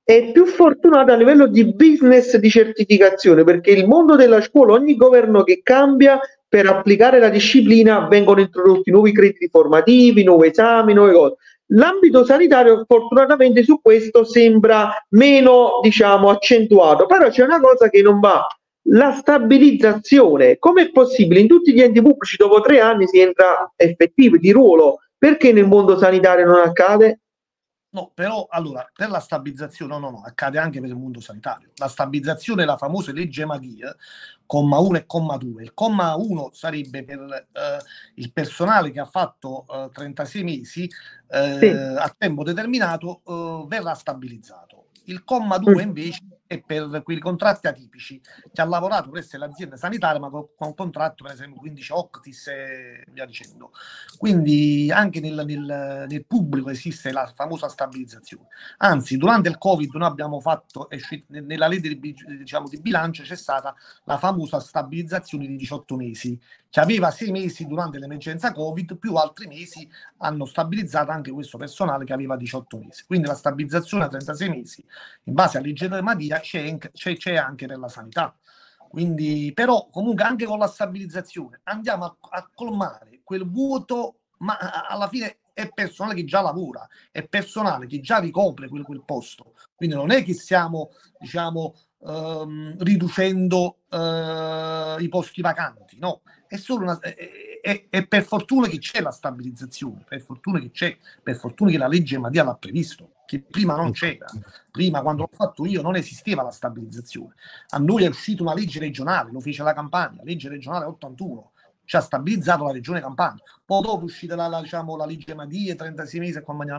è più fortunato a livello di business di certificazione, perché il mondo della scuola, ogni governo che cambia, per applicare la disciplina vengono introdotti nuovi crediti formativi, nuovi esami, nuove cose. L'ambito sanitario fortunatamente su questo sembra meno, diciamo, accentuato, però c'è una cosa che non va: la stabilizzazione. Com'è possibile? In tutti gli enti pubblici dopo 3 anni si entra effettivi di ruolo, perché nel mondo sanitario non accade? No, però allora per la stabilizzazione, no, accade anche per il mondo sanitario. La stabilizzazione è la famosa legge Maghier, comma 1 e comma 2. Il comma 1 sarebbe per il personale che ha fatto 36 mesi Sì. a tempo determinato, verrà stabilizzato. Il comma 2 invece è per quei contratti atipici, che ha lavorato presso l'azienda sanitaria ma con contratto per esempio 15 Octis e via dicendo. Quindi anche nel pubblico esiste la famosa stabilizzazione. Anzi, durante il Covid noi abbiamo fatto, nella legge diciamo, di bilancio c'è stata la famosa stabilizzazione di 18 mesi, che aveva 6 mesi durante l'emergenza Covid, più altri mesi hanno stabilizzato anche questo personale che aveva 18 mesi. Quindi la stabilizzazione a 36 mesi, in base alla legge Madia, c'è anche per la sanità. Quindi, però, comunque, anche con la stabilizzazione andiamo a colmare quel vuoto, ma alla fine è personale che già lavora, è personale che già ricopre quel posto. Quindi non è che stiamo, diciamo, riducendo i posti vacanti, no, è solo è per fortuna che c'è la stabilizzazione, per fortuna che la legge Madia l'ha previsto, che prima non c'era. Prima, quando l'ho fatto io, non esisteva la stabilizzazione. A noi è uscita una legge regionale, lo fece la Campania, legge regionale 81, ci ha stabilizzato la regione Campania. Poi dopo è uscita diciamo, la legge Madia, 36 mesi,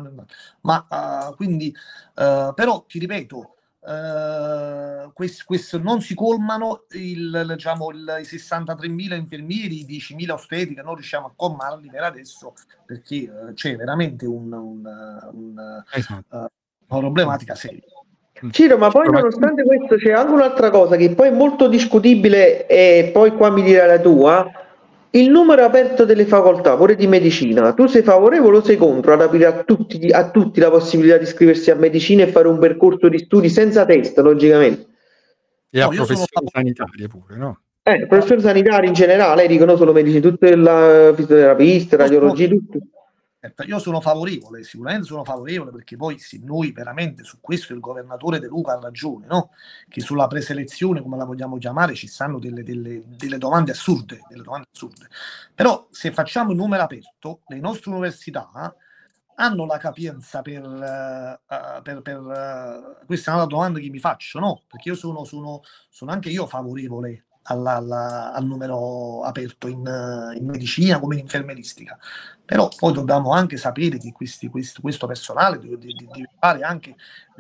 ma quindi però ti ripeto, questo non si colmano diciamo, i 63.000 infermieri, i 10.000 ostetriche, non riusciamo a colmarli per adesso, perché c'è veramente una problematica seria. Ciro, ma poi nonostante questo c'è anche un'altra cosa che poi è molto discutibile, e poi qua mi dirai la tua: il numero aperto delle facoltà, pure di medicina. Tu sei favorevole o sei contro ad aprire a tutti la possibilità di iscriversi a medicina e fare un percorso di studi senza test, logicamente? E a professioni sanitarie pure, no? Professori sanitari in generale, dicono solo medicina, tutte la fisioterapista, radiologia, tutto. Io sono favorevole, sicuramente sono favorevole, perché poi se noi veramente su questo il governatore De Luca ha ragione, no? Che sulla preselezione, come la vogliamo chiamare, ci stanno delle domande assurde, però se facciamo il numero aperto, le nostre università hanno la capienza per questa è una domanda che mi faccio, no? Perché io sono anche io favorevole al numero aperto in medicina come in infermieristica, però poi dobbiamo anche sapere che questo personale deve fare anche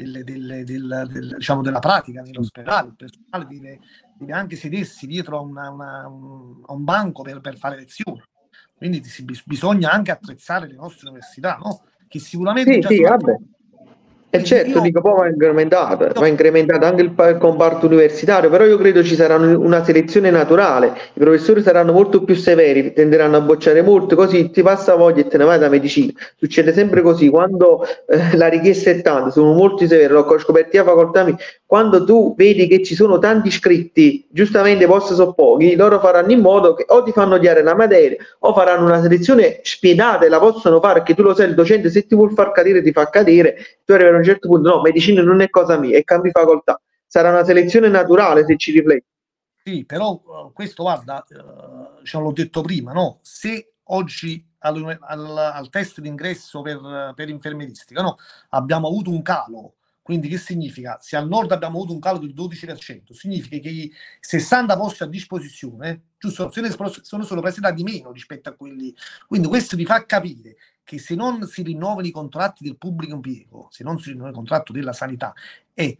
diciamo, della pratica nell'ospedale. Il personale deve anche sedersi dietro a un banco per fare lezioni, quindi bisogna anche attrezzare le nostre università, no? Che sicuramente già sono vabbè. E certo, dico, poi va incrementato anche il comparto universitario, però io credo ci sarà una selezione naturale, i professori saranno molto più severi, tenderanno a bocciare molto, così ti passa voglia e te ne vai da medicina. Succede sempre così, quando la richiesta è tanta, sono molti severi, l'ho scoperto a facoltà mia, quando tu vedi che ci sono tanti iscritti, giustamente i posti sono pochi, loro faranno in modo che o ti fanno odiare la materia o faranno una selezione spiedata, e la possono fare, che tu lo sai, il docente se ti vuol far cadere ti fa cadere, tu arrivi a un certo punto, no, medicina non è cosa mia, e cambi facoltà. Sarà una selezione naturale, se ci rifletti. Sì, però questo, guarda, l'ho detto prima, no? Se oggi al test d'ingresso per infermieristica, no, abbiamo avuto un calo, quindi che significa? Se al nord abbiamo avuto un calo del 12%, significa che i 60 posti a disposizione, giusto, sono solo presentati meno rispetto a quelli. Quindi questo vi fa capire che se non si rinnovano i contratti del pubblico impiego, se non si rinnova il contratto della sanità, e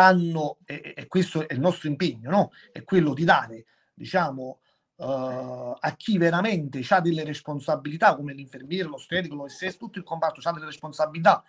questo è il nostro impegno, no? È quello di dare, diciamo, a chi veramente ha delle responsabilità, come l'infermiere, l'ostetrico, l'OSS, tutto il comparto ha delle responsabilità,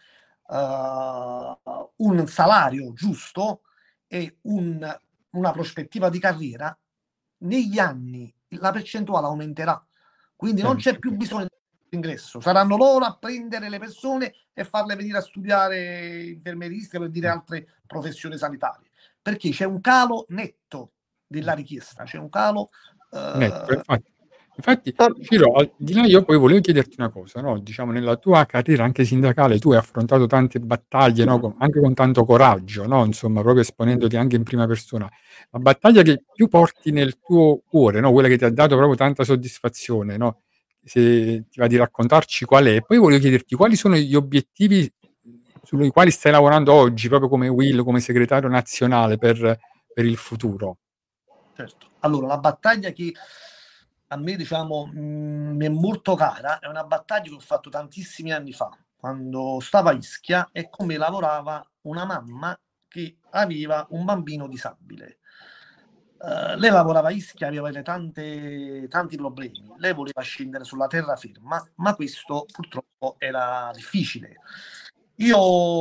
un salario giusto e una prospettiva di carriera, negli anni la percentuale aumenterà, quindi non c'è più bisogno ingresso, saranno loro a prendere le persone e farle venire a studiare infermieristica, per dire altre professioni sanitarie, perché c'è un calo netto della richiesta, c'è un calo netto, infatti Ciro, al di là io poi volevo chiederti una cosa, no, diciamo nella tua carriera anche sindacale tu hai affrontato tante battaglie, no, anche con tanto coraggio, no, insomma, proprio esponendoti anche in prima persona. La battaglia che più porti nel tuo cuore, no, quella che ti ha dato proprio tanta soddisfazione, no, se ti va di raccontarci qual è. Poi volevo chiederti quali sono gli obiettivi sui quali stai lavorando oggi, proprio come Will, come segretario nazionale per il futuro. Certo. Allora, la battaglia che a me, diciamo, mi è molto cara, è una battaglia che ho fatto tantissimi anni fa, quando stavo a Ischia e con me lavorava una mamma che aveva un bambino disabile. Lei lavorava a Ischia, aveva tanti problemi, lei voleva scendere sulla terraferma, ma questo purtroppo era difficile. Io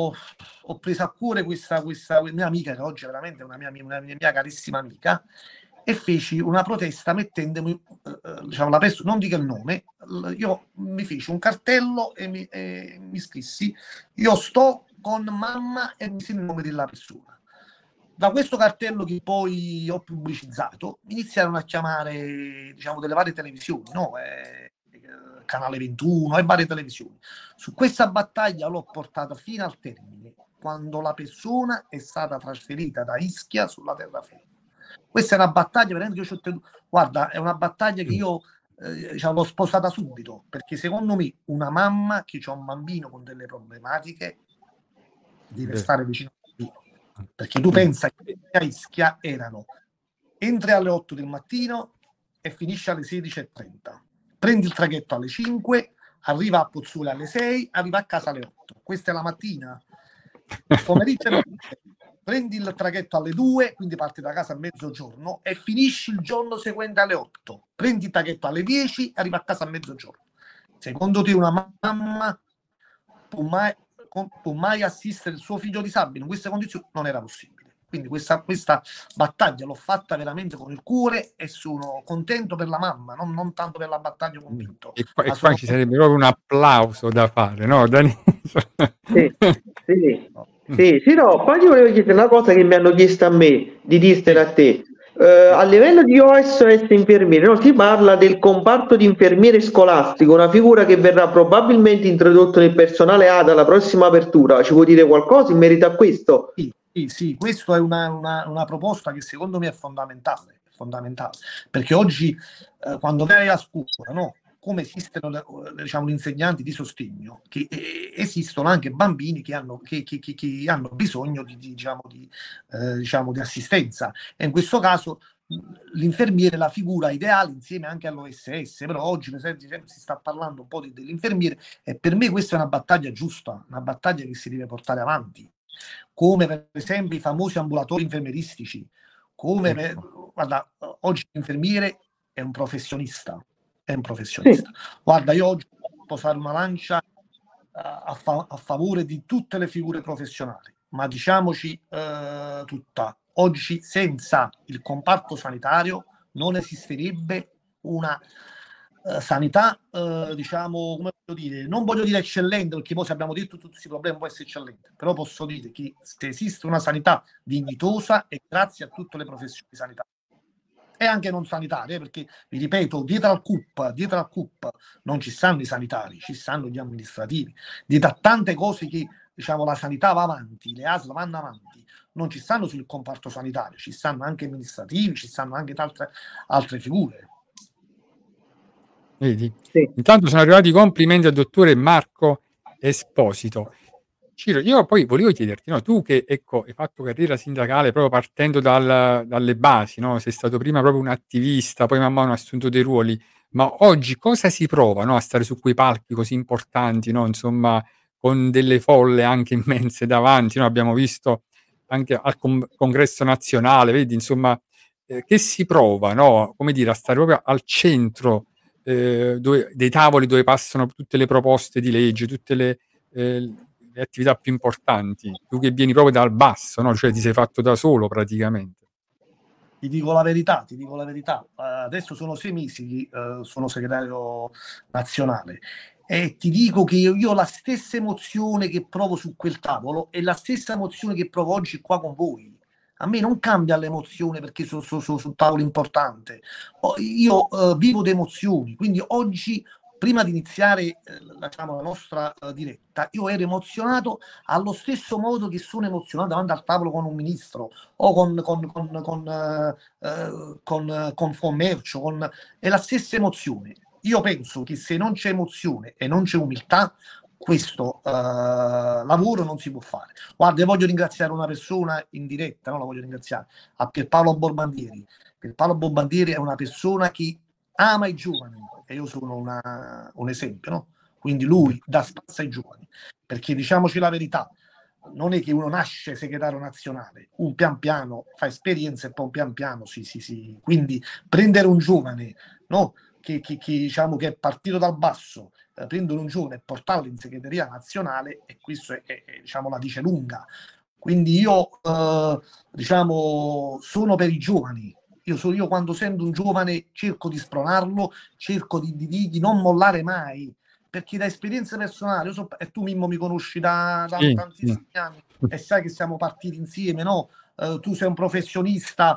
ho preso a cuore questa mia amica, che oggi è veramente una mia carissima amica, e feci una protesta mettendomi, diciamo, non dico il nome, io mi feci un cartello e mi scrissi: io sto con mamma, e mi segno il nome della persona. Da questo cartello che poi ho pubblicizzato iniziarono a chiamare, diciamo, delle varie televisioni, no? Canale 21 e varie televisioni. Su questa battaglia l'ho portata fino al termine, quando la persona è stata trasferita da Ischia sulla terraferma. Questa è una battaglia veramente che guarda, è una battaglia che io diciamo, l'ho sposata subito, perché secondo me una mamma che ha un bambino con delle problematiche deve stare vicino al bambino, perché tu pensa che a Ischia erano entri alle 8 del mattino e finisce alle 16:30, prendi il traghetto alle 5, arriva a Pozzuoli alle 6, arriva a casa alle 8. Questa è la mattina. Il pomeriggio prendi il traghetto alle 2, quindi parti da casa a mezzogiorno e finisci il giorno seguente alle 8. Prendi il traghetto alle 10 e arriva a casa a mezzogiorno. Secondo te una mamma può mai assistere il suo figlio disabile in queste condizioni? Non era possibile. Quindi questa battaglia l'ho fatta veramente con il cuore e sono contento per la mamma, non tanto per la battaglia convinto. E qua ci sarebbe proprio un applauso da fare, no, Dani? Sì, no, poi ti volevo chiedere una cosa che mi hanno chiesto a me, di dirtela a te. A livello di OSS infermiere, no, si parla del comparto di infermiere scolastico, una figura che verrà probabilmente introdotto nel personale ATA alla prossima apertura. Ci vuoi dire qualcosa in merito a questo? Sì, questa è una proposta che secondo me è fondamentale, perché oggi quando vai a scuola, no, come esistono, diciamo, gli insegnanti di sostegno, che esistono anche bambini che hanno bisogno di assistenza, e in questo caso l'infermiere è la figura ideale insieme anche all'OSS, però oggi per esempio si sta parlando un po' dell'infermiere, e per me questa è una battaglia giusta, una battaglia che si deve portare avanti, come per esempio i famosi ambulatori infermieristici, guarda, oggi l'infermiere è un professionista. Guarda, io oggi posso fare una lancia a favore di tutte le figure professionali, ma diciamoci tutta, oggi senza il comparto sanitario non esisterebbe una sanità, diciamo, come voglio dire, non voglio dire eccellente, perché poi se abbiamo detto tutti questi problemi può essere eccellente, però posso dire che se esiste una sanità dignitosa è grazie a tutte le professioni sanitarie e anche non sanitarie, perché vi ripeto, dietro al CUP non ci stanno i sanitari, ci stanno gli amministrativi, dietro a tante cose che, diciamo, la sanità va avanti, le ASL vanno avanti, non ci stanno sul comparto sanitario, ci stanno anche amministrativi, ci stanno anche altre figure. Vedi? Sì. Intanto sono arrivati i complimenti al dottore Marco Esposito. Ciro, io poi volevo chiederti, no, tu che hai fatto carriera sindacale proprio partendo dalle basi, no? Sei stato prima proprio un attivista, poi man mano hai assunto dei ruoli, ma oggi cosa si prova, no, a stare su quei palchi così importanti, no? Insomma, con delle folle anche immense davanti, no? Abbiamo visto anche al congresso nazionale, vedi, insomma, che si prova, no? Come dire, a stare proprio al centro dei tavoli dove passano tutte le proposte di legge, tutte le attività più importanti, tu che vieni proprio dal basso, no? Cioè ti sei fatto da solo praticamente. Ti dico la verità, adesso sono 6 mesi che sono segretario nazionale E ti dico che io ho la stessa emozione che provo su quel tavolo e la stessa emozione che provo oggi qua con voi. A me non cambia l'emozione perché sono su tavolo importante. Io vivo di emozioni, quindi oggi, prima di iniziare diciamo, la nostra diretta, io ero emozionato allo stesso modo che sono emozionato davanti al tavolo con un ministro o con commercio, è la stessa emozione. Io penso che se non c'è emozione e non c'è umiltà, questo lavoro non si può fare. Guarda, voglio ringraziare una persona in diretta, no? La voglio ringraziare, a Pierpaolo Borbandieri. Pierpaolo Borbandieri è una persona che ama i giovani e io sono un esempio, no? Quindi lui dà spazio ai giovani, perché diciamoci la verità, non è che uno nasce segretario nazionale, un pian piano fa esperienze e poi un pian piano sì. Quindi prendere un giovane, no? Che diciamo che è partito dal basso, prendere un giovane e portarlo in segreteria nazionale, e questo è diciamo la dice lunga. Quindi io diciamo sono per i giovani. Io quando sento un giovane cerco di spronarlo, cerco di non mollare mai, perché da esperienza personale, e tu Mimmo mi conosci da tantissimi anni e sai che siamo partiti insieme, no? Tu sei un professionista,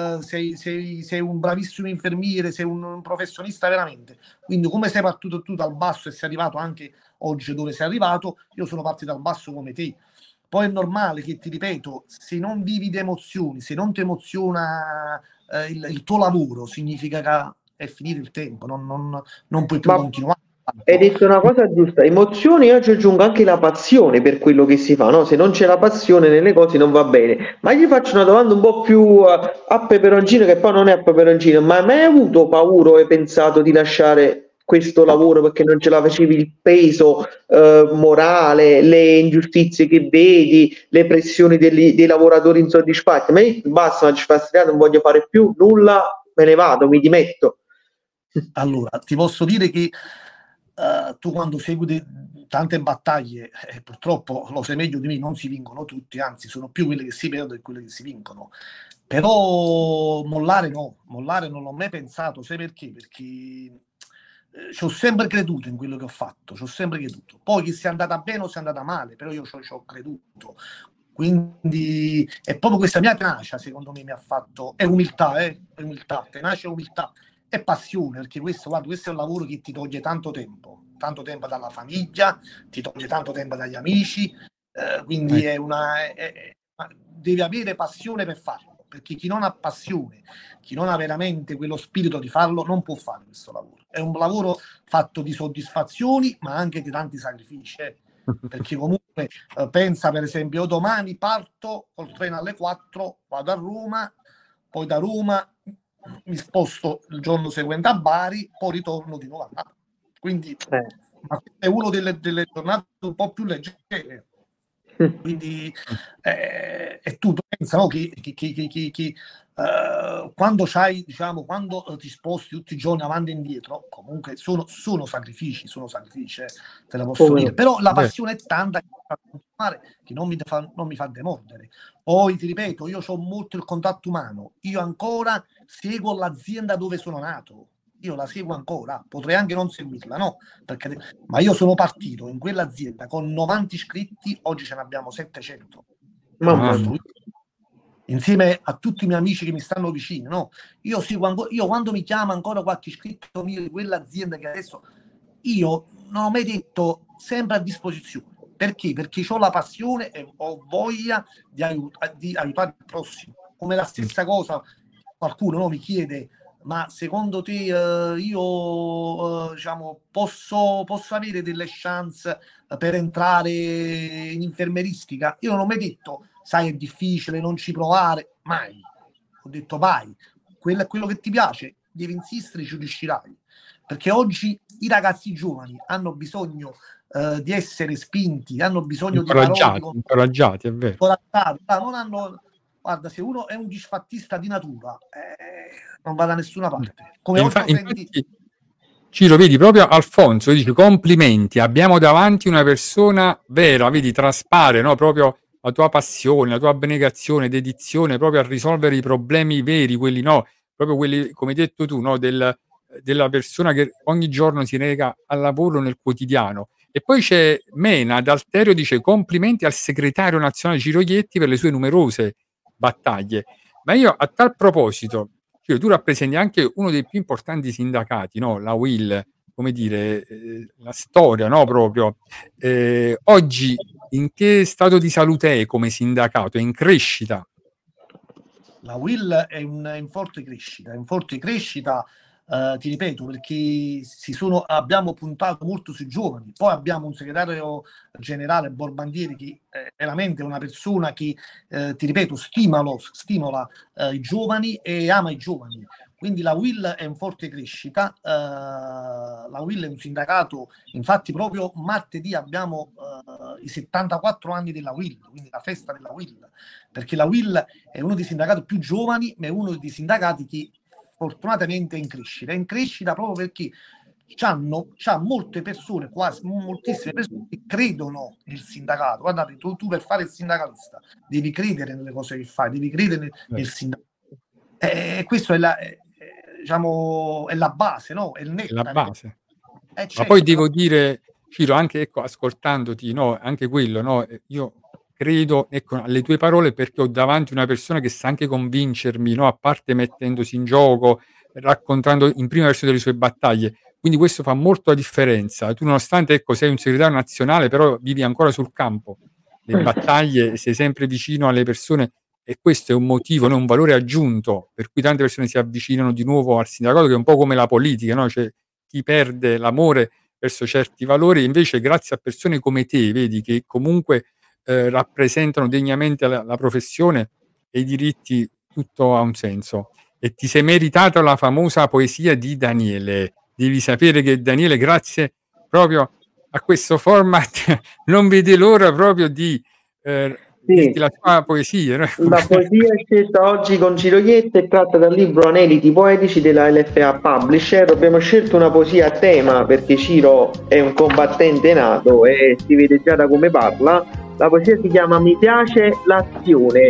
sei un bravissimo infermiere, sei un professionista veramente. Quindi come sei partito tu dal basso e sei arrivato anche oggi dove sei arrivato, io sono partito dal basso come te. Poi è normale che, ti ripeto, se non vivi di emozioni, se non ti emoziona il tuo lavoro, significa che è finito il tempo, non puoi più continuare. Hai detto una cosa giusta, emozioni, io ci aggiungo anche la passione per quello che si fa, no? Se non c'è la passione nelle cose non va bene. Ma gli faccio una domanda un po' più a peperoncino, che poi non è a peperoncino, ma hai mai avuto paura o hai pensato di lasciare questo lavoro perché non ce la facevi, il peso morale, le ingiustizie che vedi, le pressioni dei lavoratori insoddisfatti? Ma io basta, ci fastidiato, non voglio fare più nulla, me ne vado, mi dimetto. Allora, ti posso dire che tu quando segui tante battaglie, purtroppo lo sai meglio di me, non si vincono tutti, anzi sono più quelle che si perdono che quelle che si vincono. Però mollare non l'ho mai pensato, sai perché? Perché ci ho sempre creduto in quello che ho fatto, ci ho sempre creduto. Poi che sia andata bene o sia andata male, però io ci ho creduto. Quindi è proprio questa mia tenacia, secondo me, mi ha fatto, è umiltà, tenacia e umiltà. È passione, perché questo è un lavoro che ti toglie tanto tempo dalla famiglia, ti toglie tanto tempo dagli amici, quindi devi avere passione per farlo, perché chi non ha passione, chi non ha veramente quello spirito di farlo, non può fare questo lavoro. È un lavoro fatto di soddisfazioni, ma anche di tanti sacrifici, perché comunque pensa, per esempio, domani parto col treno alle 4, vado a Roma, poi da Roma mi sposto il giorno seguente a Bari, poi ritorno di nuovo a Napoli. Quindi ma è una delle giornate un po' più leggere. Quindi tu pensa, no, che quando c'hai, diciamo, quando ti sposti tutti i giorni avanti e indietro, comunque sono sacrifici, te la posso dire. Però la passione è tanta che non mi fa demordere. Poi ti ripeto, io ho molto il contatto umano, io ancora seguo l'azienda dove sono nato, io la seguo ancora, potrei anche non seguirla, no? Ma io sono partito in quell'azienda con 90 iscritti, oggi ce ne abbiamo 700. Insieme a tutti i miei amici che mi stanno vicini, no? Io quando mi chiama ancora qualche iscritto mio di quell'azienda che adesso, io non ho mai detto, sempre a disposizione. Perché? Perché ho la passione e ho voglia di aiutare il prossimo. Come la stessa cosa, qualcuno mi chiede, ma secondo te io diciamo, posso avere delle chance per entrare in infermieristica? Io non ho mai detto, sai, è difficile, non ci provare, mai. Ho detto vai, quello che ti piace, devi insistere, ci riuscirai. Perché oggi i ragazzi giovani hanno bisogno di essere spinti, hanno bisogno di incoraggiati, è vero. Non hanno, guarda, se uno è un disfattista di natura, non va da nessuna parte. Come infatti, Ciro, vedi, proprio Alfonso dice complimenti, abbiamo davanti una persona vera, vedi, traspare, no? Proprio la tua passione, la tua abnegazione, dedizione proprio a risolvere i problemi veri, quelli no, proprio quelli, come hai detto tu, no? della persona che ogni giorno si reca al lavoro nel quotidiano. E poi c'è Mena d'Alterio, dice complimenti al segretario nazionale Ciro Chietti per le sue numerose battaglie. Ma io a tal proposito, cioè, tu rappresenti anche uno dei più importanti sindacati, no? La UIL, come dire, la storia, no? Proprio. Oggi in che stato di salute è come sindacato? È in crescita? La UIL è in forte crescita, ti ripeto, perché abbiamo puntato molto sui giovani. Poi abbiamo un segretario generale, Borbandieri, che è veramente una persona che, ti ripeto, stimola i giovani e ama i giovani. Quindi la UIL è in forte crescita, la UIL è un sindacato, infatti proprio martedì abbiamo i 74 anni della UIL, quindi la festa della UIL, perché la UIL è uno dei sindacati più giovani, ma è uno dei sindacati che fortunatamente è in crescita proprio perché c'ha molte persone, quasi moltissime persone che credono nel sindacato. Guardate, tu per fare il sindacalista devi credere nelle cose che fai, devi credere nel sindacato. E questo è la base, no? È il La base. certo, ma poi devo dire, Ciro, anche ecco, ascoltandoti, no, anche quello, no, io credo ecco, alle tue parole perché ho davanti una persona che sa anche convincermi, no, a parte mettendosi in gioco, raccontando in prima versione delle sue battaglie. Quindi questo fa molto la differenza. Tu nonostante ecco, sei un segretario nazionale, però vivi ancora sul campo, le battaglie, sei sempre vicino alle persone e questo è un motivo, no, un valore aggiunto per cui tante persone si avvicinano di nuovo al sindacato, che è un po' come la politica, no? Cioè, chi perde l'amore verso certi valori, invece grazie a persone come te, vedi, che comunque rappresentano degnamente la professione e i diritti, tutto ha un senso. E ti sei meritato la famosa poesia di Daniele. Devi sapere che Daniele, grazie proprio a questo format, non vede l'ora proprio di dirti la sua poesia. No? La poesia scelta oggi con Ciro Chietti è tratta dal libro Aneliti poetici della LFA Publisher. Abbiamo scelto una poesia a tema perché Ciro è un combattente nato e si vede già da come parla. La poesia si chiama Mi piace l'azione.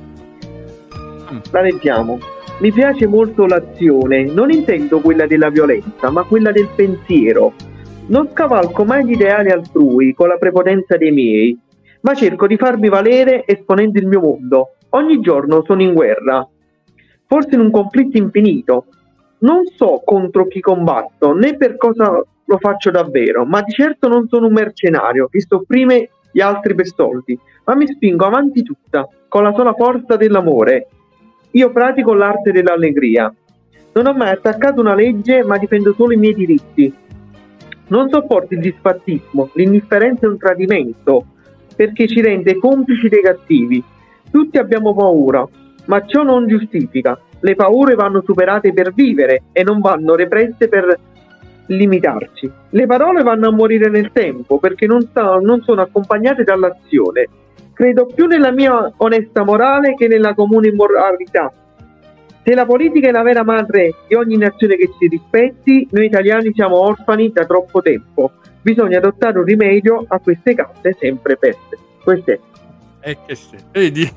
La leggiamo. Mi piace molto l'azione, non intendo quella della violenza, ma quella del pensiero. Non scavalco mai gli ideali altrui con la prepotenza dei miei, ma cerco di farmi valere esponendo il mio mondo. Ogni giorno sono in guerra, forse in un conflitto infinito. Non so contro chi combatto, né per cosa lo faccio davvero, ma di certo non sono un mercenario che sopprime gli altri per soldi, ma mi spingo avanti tutta, con la sola forza dell'amore. Io pratico l'arte dell'allegria. Non ho mai attaccato una legge, ma difendo solo i miei diritti. Non sopporto il disfattismo, l'indifferenza è un tradimento, perché ci rende complici dei cattivi. Tutti abbiamo paura, ma ciò non giustifica. Le paure vanno superate per vivere e non vanno represse per limitarci. Le parole vanno a morire nel tempo perché non sono accompagnate dall'azione. Credo più nella mia onesta morale che nella comune moralità. Se la politica è la vera madre di ogni nazione che si rispetti, noi italiani siamo orfani da troppo tempo. Bisogna adottare un rimedio a queste case sempre perse. Questo è. Che se vedi?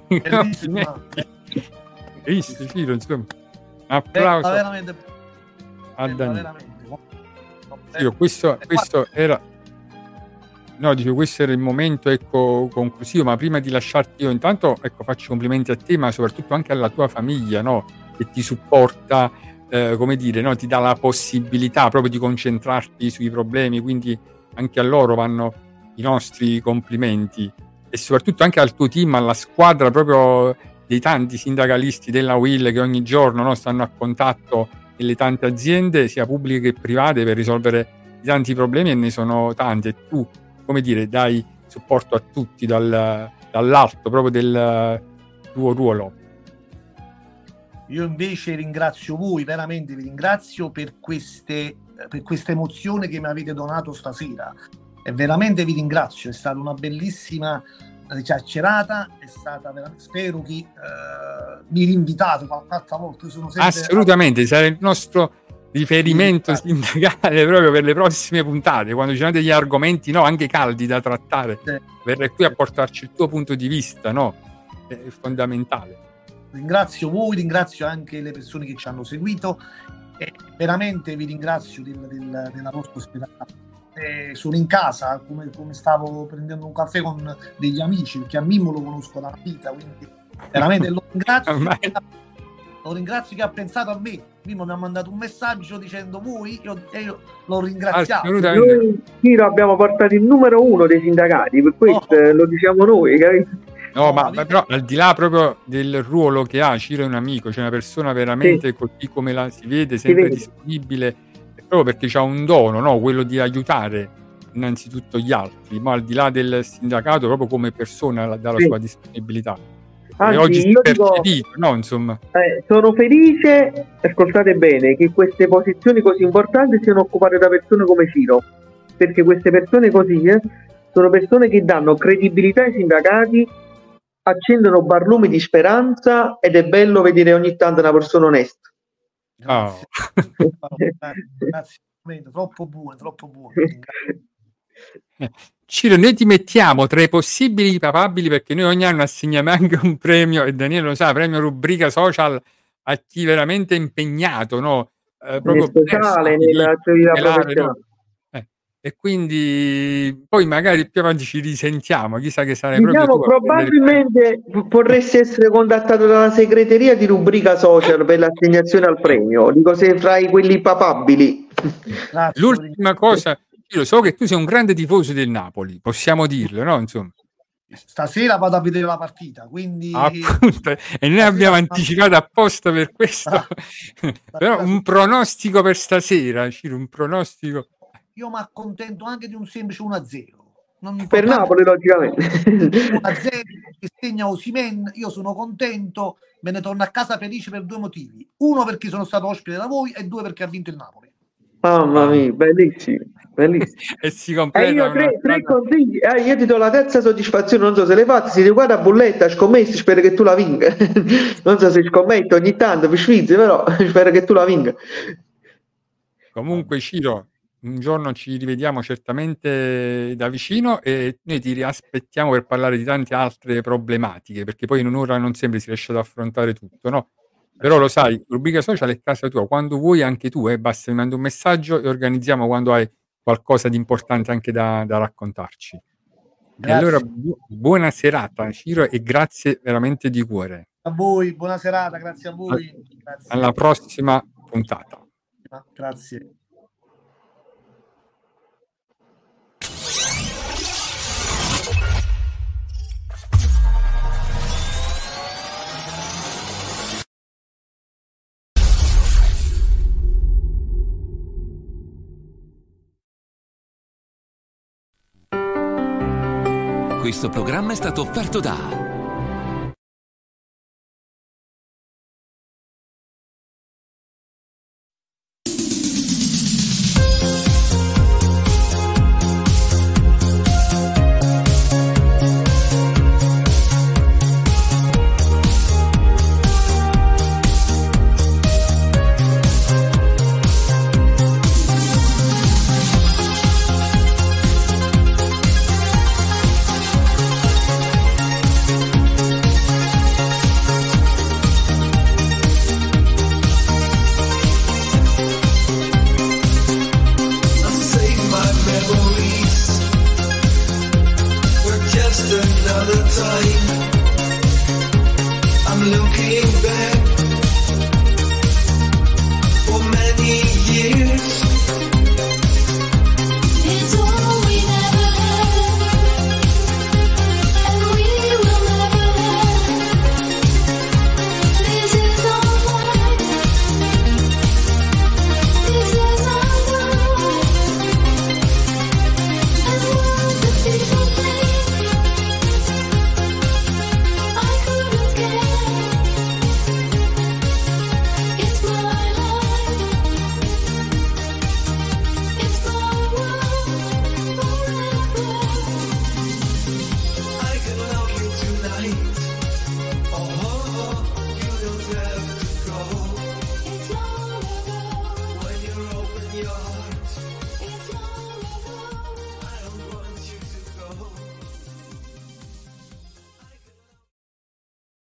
Visto, Ciro, insomma. Applauso veramente a Daniele. Io, questo era. No, dico, questo era il momento ecco, conclusivo, ma prima di lasciarti io intanto ecco, faccio complimenti a te, ma soprattutto anche alla tua famiglia, no? Che ti supporta, come dire, no? Ti dà la possibilità proprio di concentrarti sui problemi, quindi anche a loro vanno i nostri complimenti e soprattutto anche al tuo team, alla squadra proprio dei tanti sindacalisti della UIL che ogni giorno, no, stanno a contatto delle tante aziende, sia pubbliche che private, per risolvere i tanti problemi, e ne sono tanti, e tu, come dire, dai supporto a tutti dall'alto proprio del tuo ruolo. Io invece ringrazio voi, veramente vi ringrazio per questa emozione che mi avete donato stasera, e veramente vi ringrazio, è stata una bellissima chiacchierata, è stata veramente, spero che mi rinvitate qualche altra volta. Io sono sempre assolutamente, sarà il nostro riferimento sindacale proprio per le prossime puntate, quando ci sono degli argomenti, no, anche caldi da trattare, verrai qui a portarci il tuo punto di vista, no? È fondamentale. Ringrazio voi, ringrazio anche le persone che ci hanno seguito veramente vi ringrazio della vostra ospitalità. Sono in casa, come stavo prendendo un caffè con degli amici, perché a Mimmo lo conosco da una vita, quindi veramente lo ringrazio che ha pensato a me. Mimmo mi ha mandato un messaggio dicendo vuoi, e io l'ho ringraziato. Noi Ciro abbiamo portato il numero 1 dei sindacati, per questo lo diciamo noi, capito? No, ma però al di là proprio del ruolo che ha, Ciro è un amico, cioè una persona veramente così come la si vede, sempre disponibile, proprio perché c'ha un dono, no? Quello di aiutare innanzitutto gli altri, ma al di là del sindacato proprio come persona dalla sua disponibilità. Anzi, e oggi si è percepito, no? Insomma. Sono felice, ascoltate bene, che queste posizioni così importanti siano occupate da persone come Ciro, perché queste persone così sono persone che danno credibilità ai sindacati, accendono barlumi di speranza, ed è bello vedere ogni tanto una persona onesta. Grazie. Grazie. Troppo buono. Ciro, noi ti mettiamo tra i possibili papabili, perché noi ogni anno assegniamo anche un premio, e Daniele lo sa, premio rubrica social a chi veramente è impegnato, no? Proprio sociale, nell'attività professionale. No? E quindi poi magari più avanti ci risentiamo, chissà che sarai proprio tu. Probabilmente vorresti essere contattato dalla segreteria di rubrica social per l'assegnazione al premio, dico, se fra quelli papabili. Grazie. L'ultima cosa, io so che tu sei un grande tifoso del Napoli, possiamo dirlo, no? Insomma, stasera vado a vedere la partita, quindi appunto, e noi abbiamo anticipato apposta per questo. Però un pronostico per stasera, Ciro, un pronostico. Io mi accontento anche di un semplice 1-0. Per Napoli, logicamente. 1-0 che segna Osimhen, io sono contento, me ne torno a casa felice per 2 motivi. 1 perché sono stato ospite da voi, e 2 perché ha vinto il Napoli. Mamma mia, bellissimo. E si completa io tre consigli. Io ti do la terza soddisfazione, non so se le fate, si riguarda a bolletta, scommesso, spero che tu la vinca. Non so se scommetto ogni tanto per Svizzera, però spero che tu la vinca. Comunque, Ciro, un giorno ci rivediamo certamente da vicino, e noi ti aspettiamo per parlare di tante altre problematiche, perché poi in un'ora non sempre si riesce ad affrontare tutto, no? Però lo sai, rubrica social è casa tua, quando vuoi anche tu, basta mi mandi un messaggio e organizziamo quando hai qualcosa di importante anche da raccontarci. Grazie. E allora buona serata, Ciro, e grazie veramente di cuore. A voi, buona serata, grazie a voi. Grazie. Alla prossima puntata. Grazie. Questo programma è stato offerto da Oh, you don't have